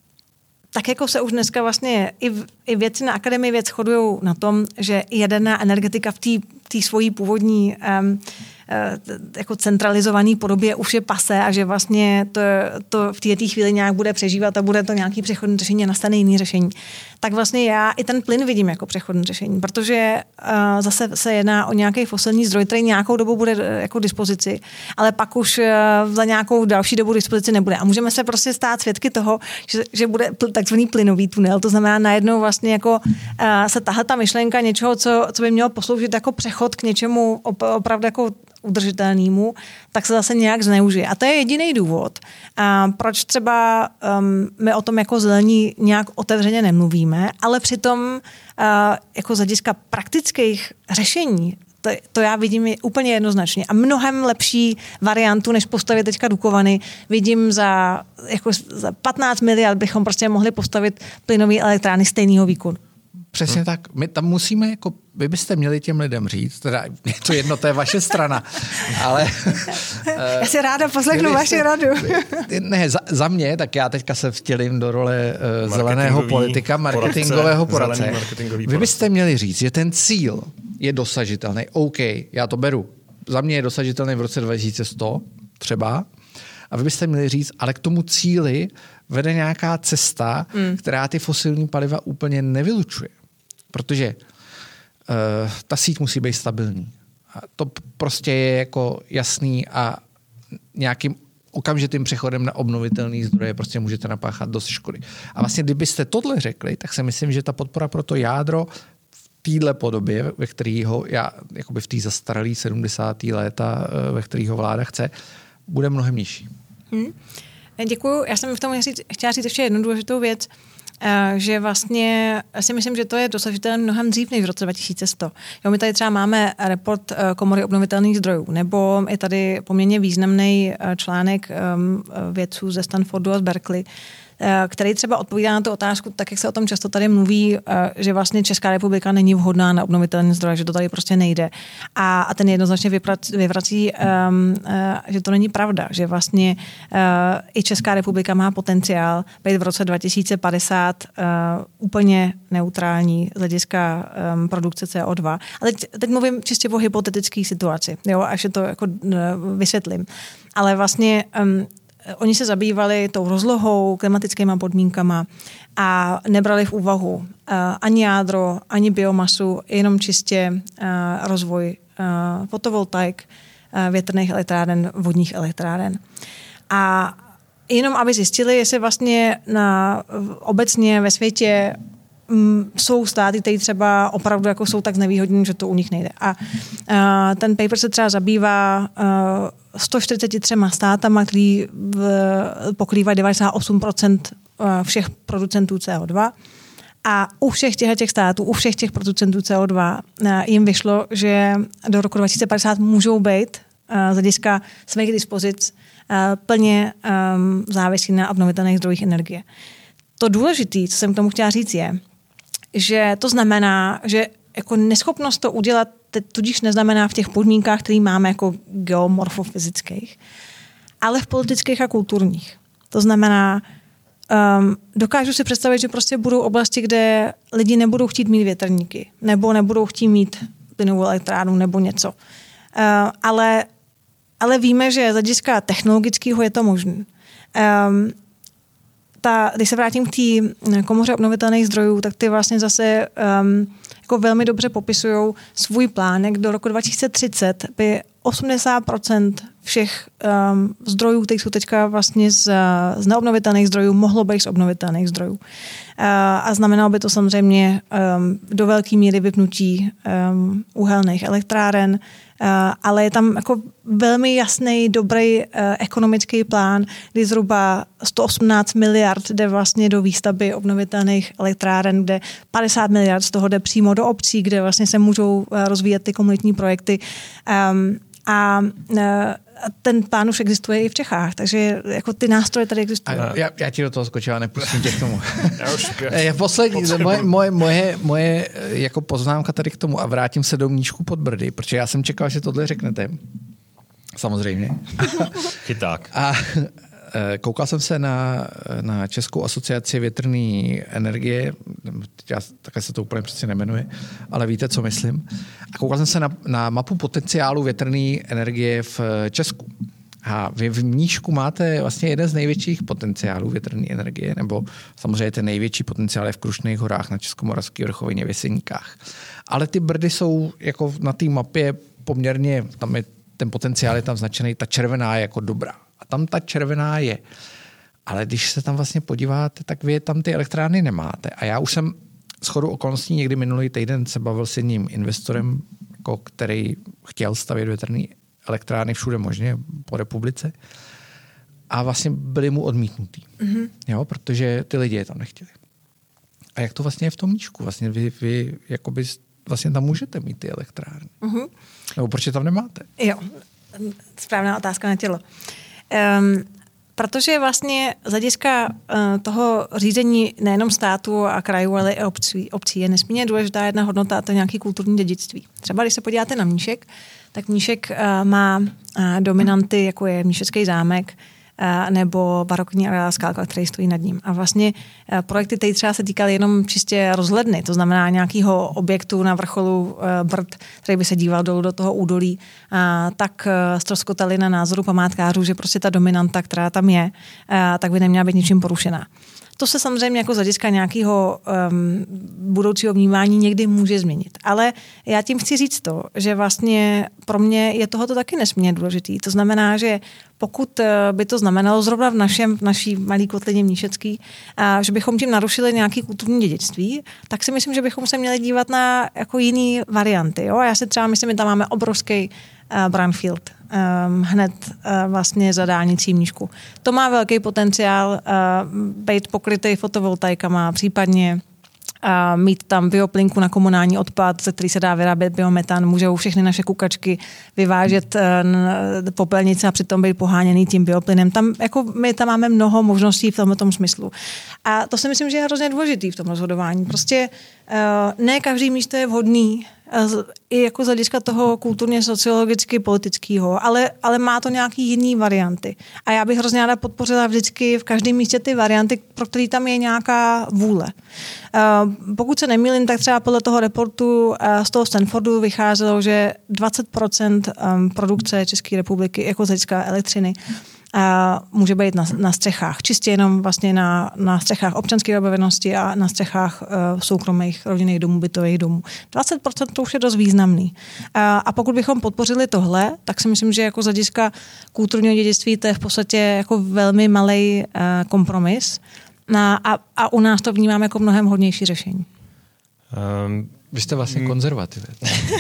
tak jako se už dneska vlastně i, i vědci na Akademii věd shodují na tom, že jaderná energetika v té svojí původní um, jako centralizovaný podobě už je pase a že vlastně to, to v této chvíli nějak bude přežívat a bude to nějaký přechodné řešení a nastane jiný řešení. Tak vlastně já i ten plyn vidím jako přechodné řešení, protože uh, zase se jedná o nějaký fosilní zdroj, který nějakou dobu bude jako dispozici, ale pak už uh, za nějakou další dobu dispozici nebude. A můžeme se prostě stát svědky toho, že, že bude takzvaný plynový tunel, to znamená najednou vlastně jako uh, se tahle ta myšlenka něčeho, co, co by mělo posloužit jako přechod k něčemu op- opravdu jako udržitelnému, tak se zase nějak zneužije. A to je jediný důvod, a proč třeba um, my o tom jako zelení nějak otevřeně nemluvíme, ale přitom uh, jako z hlediska praktických řešení to, to já vidím úplně jednoznačně. A mnohem lepší variantu, než postavit teďka Dukovany, vidím za, jako za patnáct miliard bychom prostě mohli postavit plynové elektrárny stejného výkonu. Přesně hmm. tak. My tam musíme, jako, vy byste měli těm lidem říct, teda je to jedno, to je vaše strana, ale... Já si ráda poslechnu vaši radu. Ne, za, za mě, tak já teďka se vtělím do role uh, zeleného politika, marketingového poradce. Vy byste měli říct, že ten cíl je dosažitelný. OK, já to beru. Za mě je dosažitelný v roce dva tisíce sto třeba. A vy byste měli říct, ale k tomu cíli vede nějaká cesta, mm. která ty fosilní paliva úplně nevylučuje. Protože uh, ta síť musí být stabilní. A to prostě je jako jasný a nějakým okamžitým přechodem na obnovitelný zdroje prostě můžete napáchat dost škody. A vlastně kdybyste tohle řekli, tak si myslím, že ta podpora pro to jádro v téhle podobě, ve kterého já, jakoby v té zastaralý sedmdesátá léta, ve kterého vláda chce, bude mnohem nižší. Hmm. Děkuju. Já jsem v tom chtěla říct ještě jednu důležitou věc, že vlastně si myslím, že to je dosažitelné mnohem dřív než v roce dva tisíce sto. Jo, my tady třeba máme report Komory obnovitelných zdrojů, nebo je tady poměrně významný článek vědců ze Stanfordu a z Berkeley, který třeba odpovídá na tu otázku, tak jak se o tom často tady mluví, že vlastně Česká republika není vhodná na obnovitelné zdroje, že to tady prostě nejde. A, a ten jednoznačně vyvrací, um, uh, že to není pravda, že vlastně uh, i Česká republika má potenciál být v roce dva tisíce padesát uh, úplně neutrální z hlediska um, produkce C O dva. A teď, teď mluvím čistě o hypotetické situaci, jo, až to jako uh, vysvětlím. Ale vlastně um, oni se zabývali tou rozlohou, klimatickými podmínkama a nebrali v úvahu uh, ani jádro, ani biomasu, jenom čistě uh, rozvoj uh, fotovoltaik, uh, větrných elektráren, vodních elektráren. A jenom aby zjistili, jestli vlastně na, obecně ve světě m, jsou státy, které třeba opravdu jako jsou tak znevýhodněny, že to u nich nejde. A uh, ten paper se třeba zabývá uh, sto čtyřicet tři státama, který pokrývají devadesát osm procent všech producentů C O dva. A u všech těch států, u všech těch producentů C O dva jim vyšlo, že do roku dva tisíce padesát můžou být z hlediska svých dispozic plně závislí na obnovitelných zdrojích energie. To důležité, co jsem k tomu chtěla říct, je, že to znamená, že jako neschopnost to udělat tudíž neznamená v těch podmínkách, které máme jako geomorfofyzických, ale v politických a kulturních. To znamená, um, dokážu si představit, že prostě budou oblasti, kde lidi nebudou chtít mít větrníky, nebo nebudou chtít mít plynovou elektrárnu, nebo něco. Uh, ale, ale víme, že z hlediska technologického je to možné. Um, ta, když se vrátím k té komoře obnovitelných zdrojů, tak ty vlastně zase um, jako velmi dobře popisují svůj plán, jak do roku dva tisíce třicet by osmdesát procent všech um, zdrojů, které jsou teďka vlastně z, z neobnovitelných zdrojů, mohlo být z obnovitelných zdrojů. Uh, a znamenalo by to samozřejmě um, do velké míry vypnutí um, uhelných elektráren, uh, ale je tam jako velmi jasný, dobrý uh, ekonomický plán, kdy zhruba sto osmnáct miliard jde vlastně do výstavby obnovitelných elektráren, kde padesát miliard z toho jde přímo do obcí, kde vlastně se můžou uh, rozvíjet ty komunitní projekty. Um, a uh, ten plán už existuje i v Čechách, takže jako ty nástroje tady existují. Já, já ti do toho skočím a nepustím tě k tomu. Já už je poslední, moje, moje, moje, moje jako poznámka tady k tomu a vrátím se do Mníšku pod Brdy, protože já jsem čekal, že tohle řeknete. Samozřejmě. Chyták. A koukal jsem se na, na Českou asociaci větrné energie, já, takhle se to úplně přesně nemenuje, ale víte, co myslím. A koukal jsem se na, na mapu potenciálu větrné energie v Česku. A vy v Mníšku máte vlastně jeden z největších potenciálů větrné energie, nebo samozřejmě ten největší potenciál je v Krušných horách na Českomoravské vrchovině v Jeseníkách. Ale ty Brdy jsou jako na té mapě poměrně, tam je ten potenciál je tam značený, ta červená je jako dobrá. A tam ta červená je. Ale když se tam vlastně podíváte, tak vy tam ty elektrárny nemáte. A já už jsem shodou okolností někdy minulý týden se bavil s jedním investorem, jako který chtěl stavět větrné elektrárny všude možně po republice. A vlastně byli mu odmítnutý. Mm-hmm. Jo, protože ty lidi je tam nechtěli. A jak to vlastně je v tom Mníšku? Vlastně vy, vy jakoby vlastně tam můžete mít ty elektrárny. Mm-hmm. Nebo proč je tam nemáte? Jo, správná otázka na tělo. Um, protože vlastně z hlediska uh, toho řízení nejenom státu a krajů, ale i obcí, obcí je nesmírně důležitá jedna hodnota, a to je nějaký kulturní dědictví. Třeba když se podíváte na Mníšek, tak Mníšek uh, má uh, dominanty, jako je Mníšecký zámek, nebo barokní areál Skálka, který stojí nad ním. A vlastně projekty tady třeba se týkaly jenom čistě rozhledny, to znamená nějakého objektu na vrcholu Brd, který by se díval dolů do toho údolí, tak ztroskotali na názoru památkářů, že prostě ta dominanta, která tam je, tak by neměla být ničím porušená. To se samozřejmě jako z hlediska nějakého um, budoucího vnímání někdy může změnit. Ale já tím chci říct to, že vlastně pro mě je tohoto taky nesmírně důležitý. To znamená, že pokud by to znamenalo zrovna v našem, v naší malý kotlině Mníšecký, a že bychom tím narušili nějaké kulturní dědictví, tak si myslím, že bychom se měli dívat na jako jiné varianty. Jo? Já si třeba myslím, že tam máme obrovský uh, brownfield, um, hned uh, vlastně za dálnicí Mníšku. To má velký potenciál uh, být pokrytý fotovoltaikama, případně a mít tam bioplynku na komunální odpad, ze který se dá vyrábět biometan. Můžou všechny naše kukačky vyvážet popelnice a přitom být poháněný tím bioplynem. Tam, jako my tam máme mnoho možností v tomto smyslu. A to si myslím, že je hrozně důležitý v tom rozhodování. Prostě ne každý místo je vhodný i jako z hlediska toho kulturně, sociologicky, politického, ale, ale má to nějaký jiný varianty. A já bych hrozně ráda podpořila vždycky v každém místě ty varianty, pro který tam je nějaká vůle. Pokud se nemýlím, tak třeba podle toho reportu z toho Stanfordu vycházelo, že dvacet procent produkce České republiky jako z hlediska elektřiny a může být na, na střechách. Čistě jenom vlastně na, na střechách občanské obyvanosti a na střechách uh, soukromých rodinných domů, bytových domů. dvacet procent to už je dost významný. A, a pokud bychom podpořili tohle, tak si myslím, že jako z hlediska kulturního dědictví to je v podstatě jako velmi malej uh, kompromis. A, a, a u nás to vnímám jako mnohem hodnější řešení. Um, Vy jste vlastně mm. konzervativec.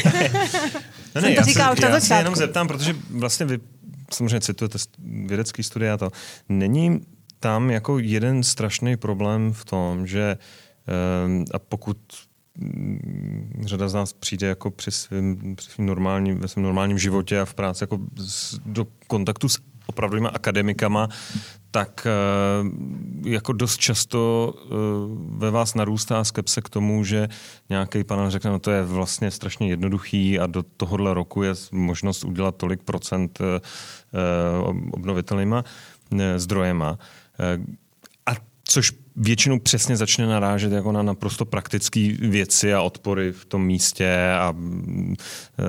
no ne, já, se, já se jenom zeptám, protože vlastně vy samozřejmě citujete vědecký studia a to. Není tam jako jeden strašný problém v tom, že a pokud řada z nás přijde jako při svým, při svým normálním, ve svém normálním životě a v práci jako do kontaktu s opravdovými akademikama, tak jako dost často ve vás narůstá skepse k tomu, že nějaký panel řekne, no to je vlastně strašně jednoduchý a do tohohle roku je možnost udělat tolik procent obnovitelnýma zdrojema. A což většinou přesně začne narážet jako na naprosto praktické věci a odpory v tom místě a e,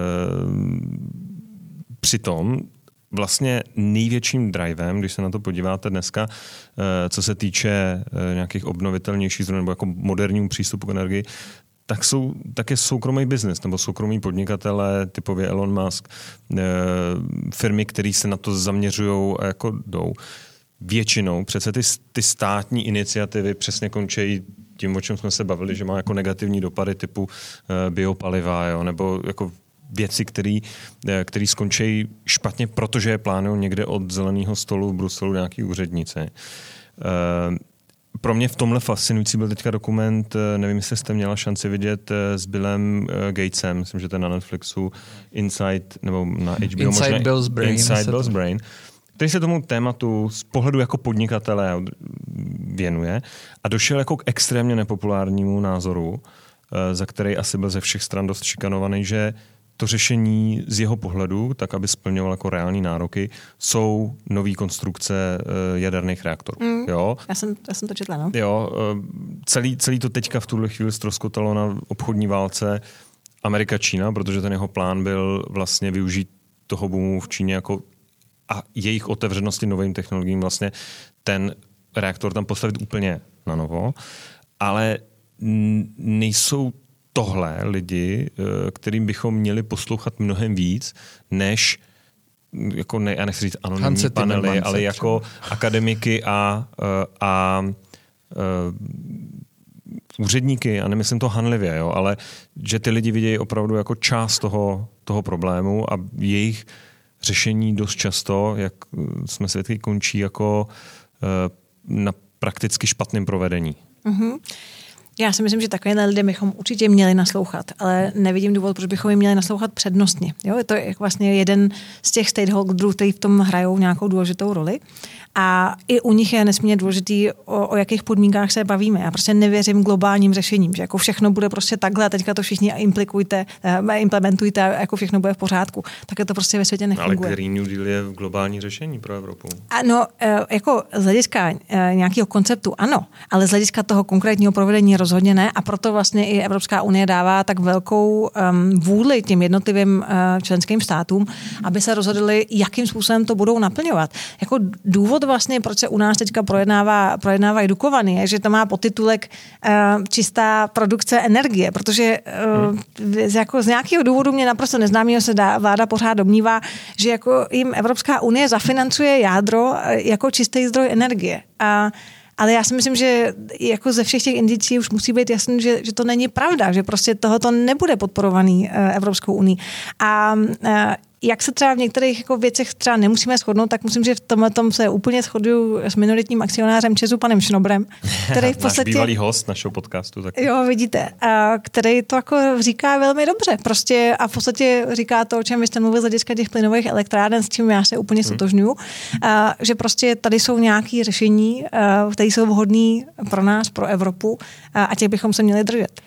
přitom vlastně největším drivem, když se na to podíváte dneska, e, co se týče e, nějakých obnovitelnějších zdrojů nebo jako modernímu přístupu k energii, tak jsou také soukromý biznes nebo soukromí podnikatele, typově Elon Musk, e, firmy, které se na to zaměřují a jako jdou. Většinou přece ty, ty státní iniciativy přesně končí tím, o čem jsme se bavili, že má jako negativní dopady typu uh, biopaliva, jo, nebo jako věci, které skončí špatně, protože je plánují někde od zeleného stolu v Bruselu nějaký úředníci. Uh, pro mě v tomhle fascinující byl teďka dokument, nevím, jestli jste měla šanci vidět, s Billem Gatesem, myslím, že to je na Netflixu, Inside, nebo na H B O. Inside možná, Bill's Brain. Inside Bill's Brain. Který se tomu tématu z pohledu jako podnikatele věnuje a došel jako k extrémně nepopulárnímu názoru, za který asi byl ze všech stran dost šikanovaný, že to řešení z jeho pohledu, tak aby splňoval jako reální nároky, jsou nový konstrukce jaderných reaktorů. Mm, jo? Já, jsem, já jsem to četla, no. Jo, celý, celý to teďka v tuhle chvíli ztroskotalo na obchodní válce Amerika-Čína, protože ten jeho plán byl vlastně využít toho boomu v Číně jako a jejich otevřenosti novým technologiím vlastně ten reaktor tam postavit úplně na novo, ale nejsou tohle lidi, kterým bychom měli poslouchat mnohem víc, než jako ne, já nechci říct anonymní panely, ale jako akademiky a, a, a úředníky, a nemyslím to hanlivě, jo, ale že ty lidi vidějí opravdu jako část toho, toho problému a jejich řešení dost často, jak jsme svědky, končí jako na prakticky špatném provedení. Mm-hmm. Já si myslím, že takovýhle lidem bychom určitě měli naslouchat, ale nevidím důvod, proč bychom jim měli naslouchat přednostně. Jo? Je to jako vlastně jeden z těch stakeholderů, kteří v tom hrajou nějakou důležitou roli. A i u nich je nesmírně důležitý, o, o jakých podmínkách se bavíme. Já prostě nevěřím globálním řešením, že jako všechno bude prostě takhle a teďka to všichni implikujte, implementujte a jako všechno bude v pořádku. Tak to prostě ve světě nefunguje. Ale Green New Deal je globální řešení pro Evropu. Ano, jako z hlediska nějakého konceptu ano, ale z hlediska toho konkrétního provedení rozhodně ne, a proto vlastně i Evropská unie dává tak velkou um, vůli těm jednotlivým uh, členským státům, aby se rozhodli, jakým způsobem to budou naplňovat. Jako důvod vlastně, proč se u nás teďka projednává, projednává edukovaný, je, že to má podtitulek uh, čistá produkce energie, protože uh, z, jako z nějakého důvodu mě naprosto neznámého se dá, vláda pořád domnívá, že jako jim Evropská unie zafinancuje jádro jako čistý zdroj energie. A ale já si myslím, že jako ze všech těch indicí už musí být jasný, že, že to není pravda, že prostě tohoto nebude podporovaný Evropskou unii. A jak se třeba v některých jako věcech třeba nemusíme shodnout, tak musím, že v tomhle tom se úplně shoduju s minoritním akcionářem ČEZu, panem Šnobrem, který v podstatě... Náš bývalý host našeho podcastu. Tak... Jo, vidíte. A který to jako říká velmi dobře. Prostě a v podstatě říká to, o čem vy jste mluvili z hlediska těch plynových elektráren, s čím já se úplně hmm. sotožňuju, a, že prostě tady jsou nějaké řešení, které jsou vhodné pro nás, pro Evropu, a, a těch bychom se měli držet.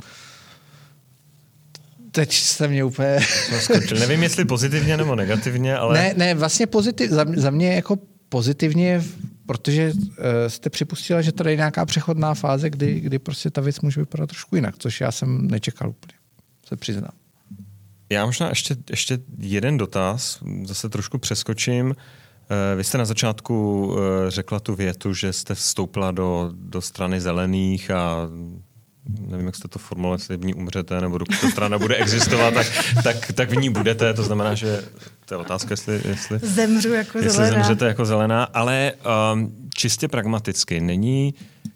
Teď jste mě úplně... Skončil. Nevím, jestli pozitivně nebo negativně, ale... Ne, ne, vlastně pozitiv, za, za mě jako pozitivně, protože uh, jste připustila, že tady je nějaká přechodná fáze, kdy, kdy prostě ta věc může vypadat trošku jinak, což já jsem nečekal úplně, se přiznám. Já možná ještě, ještě jeden dotaz, zase trošku přeskočím. Uh, vy jste na začátku uh, řekla tu větu, že jste vstoupila do, do strany zelených a nevím, jak jste to formulovali, jestli v ní umřete, nebo dokud ta strana bude existovat, tak, tak, tak v ní budete. To znamená, že to je otázka, jestli, jestli, Zemřu jako jestli zelená. zemřete jako zelená. Ale um, čistě pragmaticky, není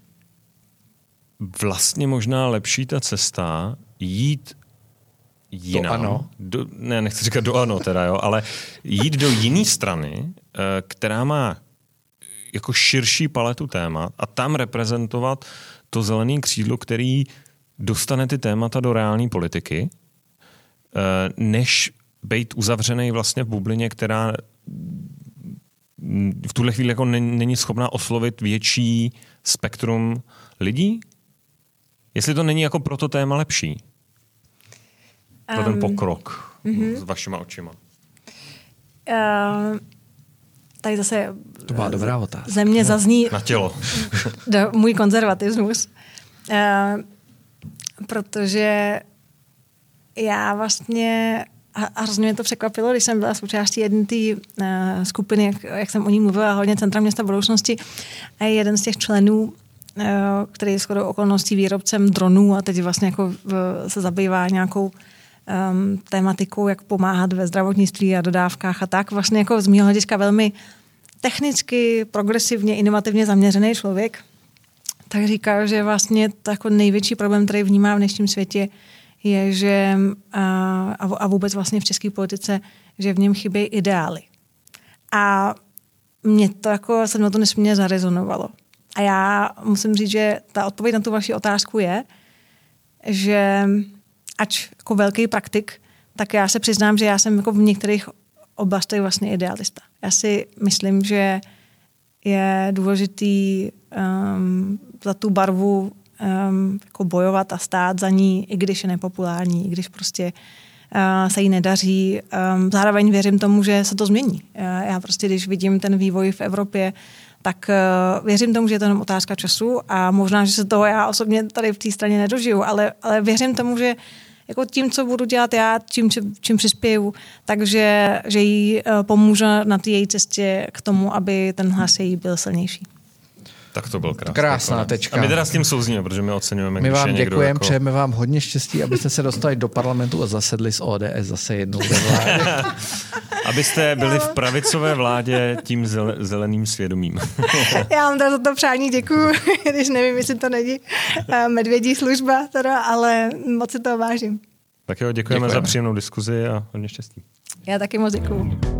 vlastně možná lepší ta cesta jít jinam. Do ANO? Do, ne, nechci říkat do ANO teda, jo, ale jít do jiné strany, která má jako širší paletu témat a tam reprezentovat to zelené křídlo, který dostane ty témata do reální politiky, než být uzavřený vlastně v bublině, která v tuhle chvíli jako není schopná oslovit větší spektrum lidí? Jestli to není jako pro to téma lepší? Pro ten pokrok um, s vašima očima. Uh, tady zase to byla dobrá otázka. Ze mě zazní na tělo. do, můj konzervatismus. Uh, protože já vlastně a hrozně mě to překvapilo, když jsem byla součástí jedné té uh, skupiny, jak, jak jsem o ní mluvila, hodně Centra města budoucnosti. A je jeden z těch členů, uh, který je shodou okolností výrobcem dronů a teď vlastně jako v, se zabývá nějakou um, tématikou, jak pomáhat ve zdravotnictví a dodávkách a tak. Vlastně jako z mého hlediska velmi technicky, progresivně, inovativně zaměřený člověk. Tak říká, že vlastně to jako největší problém, který vnímá v dnešním světě, je, že a, a vůbec vlastně v české politice, že v něm chybí ideály. A mě to jako, se mnou to nesmírně zarezonovalo. A já musím říct, že ta odpověď na tu vaši otázku je, že ač jako velký praktik, tak já se přiznám, že já jsem jako v některých oblastech vlastně idealista. Já si myslím, že je důležitý um, za tu barvu um, jako bojovat a stát za ní, i když je nepopulární, i když prostě uh, se jí nedaří. Um, zároveň věřím tomu, že se to změní. Uh, já prostě, když vidím ten vývoj v Evropě, tak uh, věřím tomu, že je to jenom otázka času a možná, že se toho já osobně tady v té straně nedožiju, ale, ale věřím tomu, že jako tím, co budu dělat já, čím, čím přispěju, takže že jí uh, pomůže na té její cestě k tomu, aby ten hlas její byl silnější. Tak to byl krásný. Krásná konec. tečka. A my teda s tím souzníme, protože my oceňujeme, my když vám je někdo děkujeme, jako... přejeme vám hodně štěstí, abyste se dostali do parlamentu a zasedli s O D S zase jednou ve vládě. Abyste byli v pravicové vládě tím zel- zeleným svědomím. Já vám za to přání děkuju, když nevím, jestli to není medvědí služba, teda, ale moc si to vážím. Tak jo, děkujeme, děkujeme za příjemnou diskuzi a hodně štěstí. Já taky moc děkuju.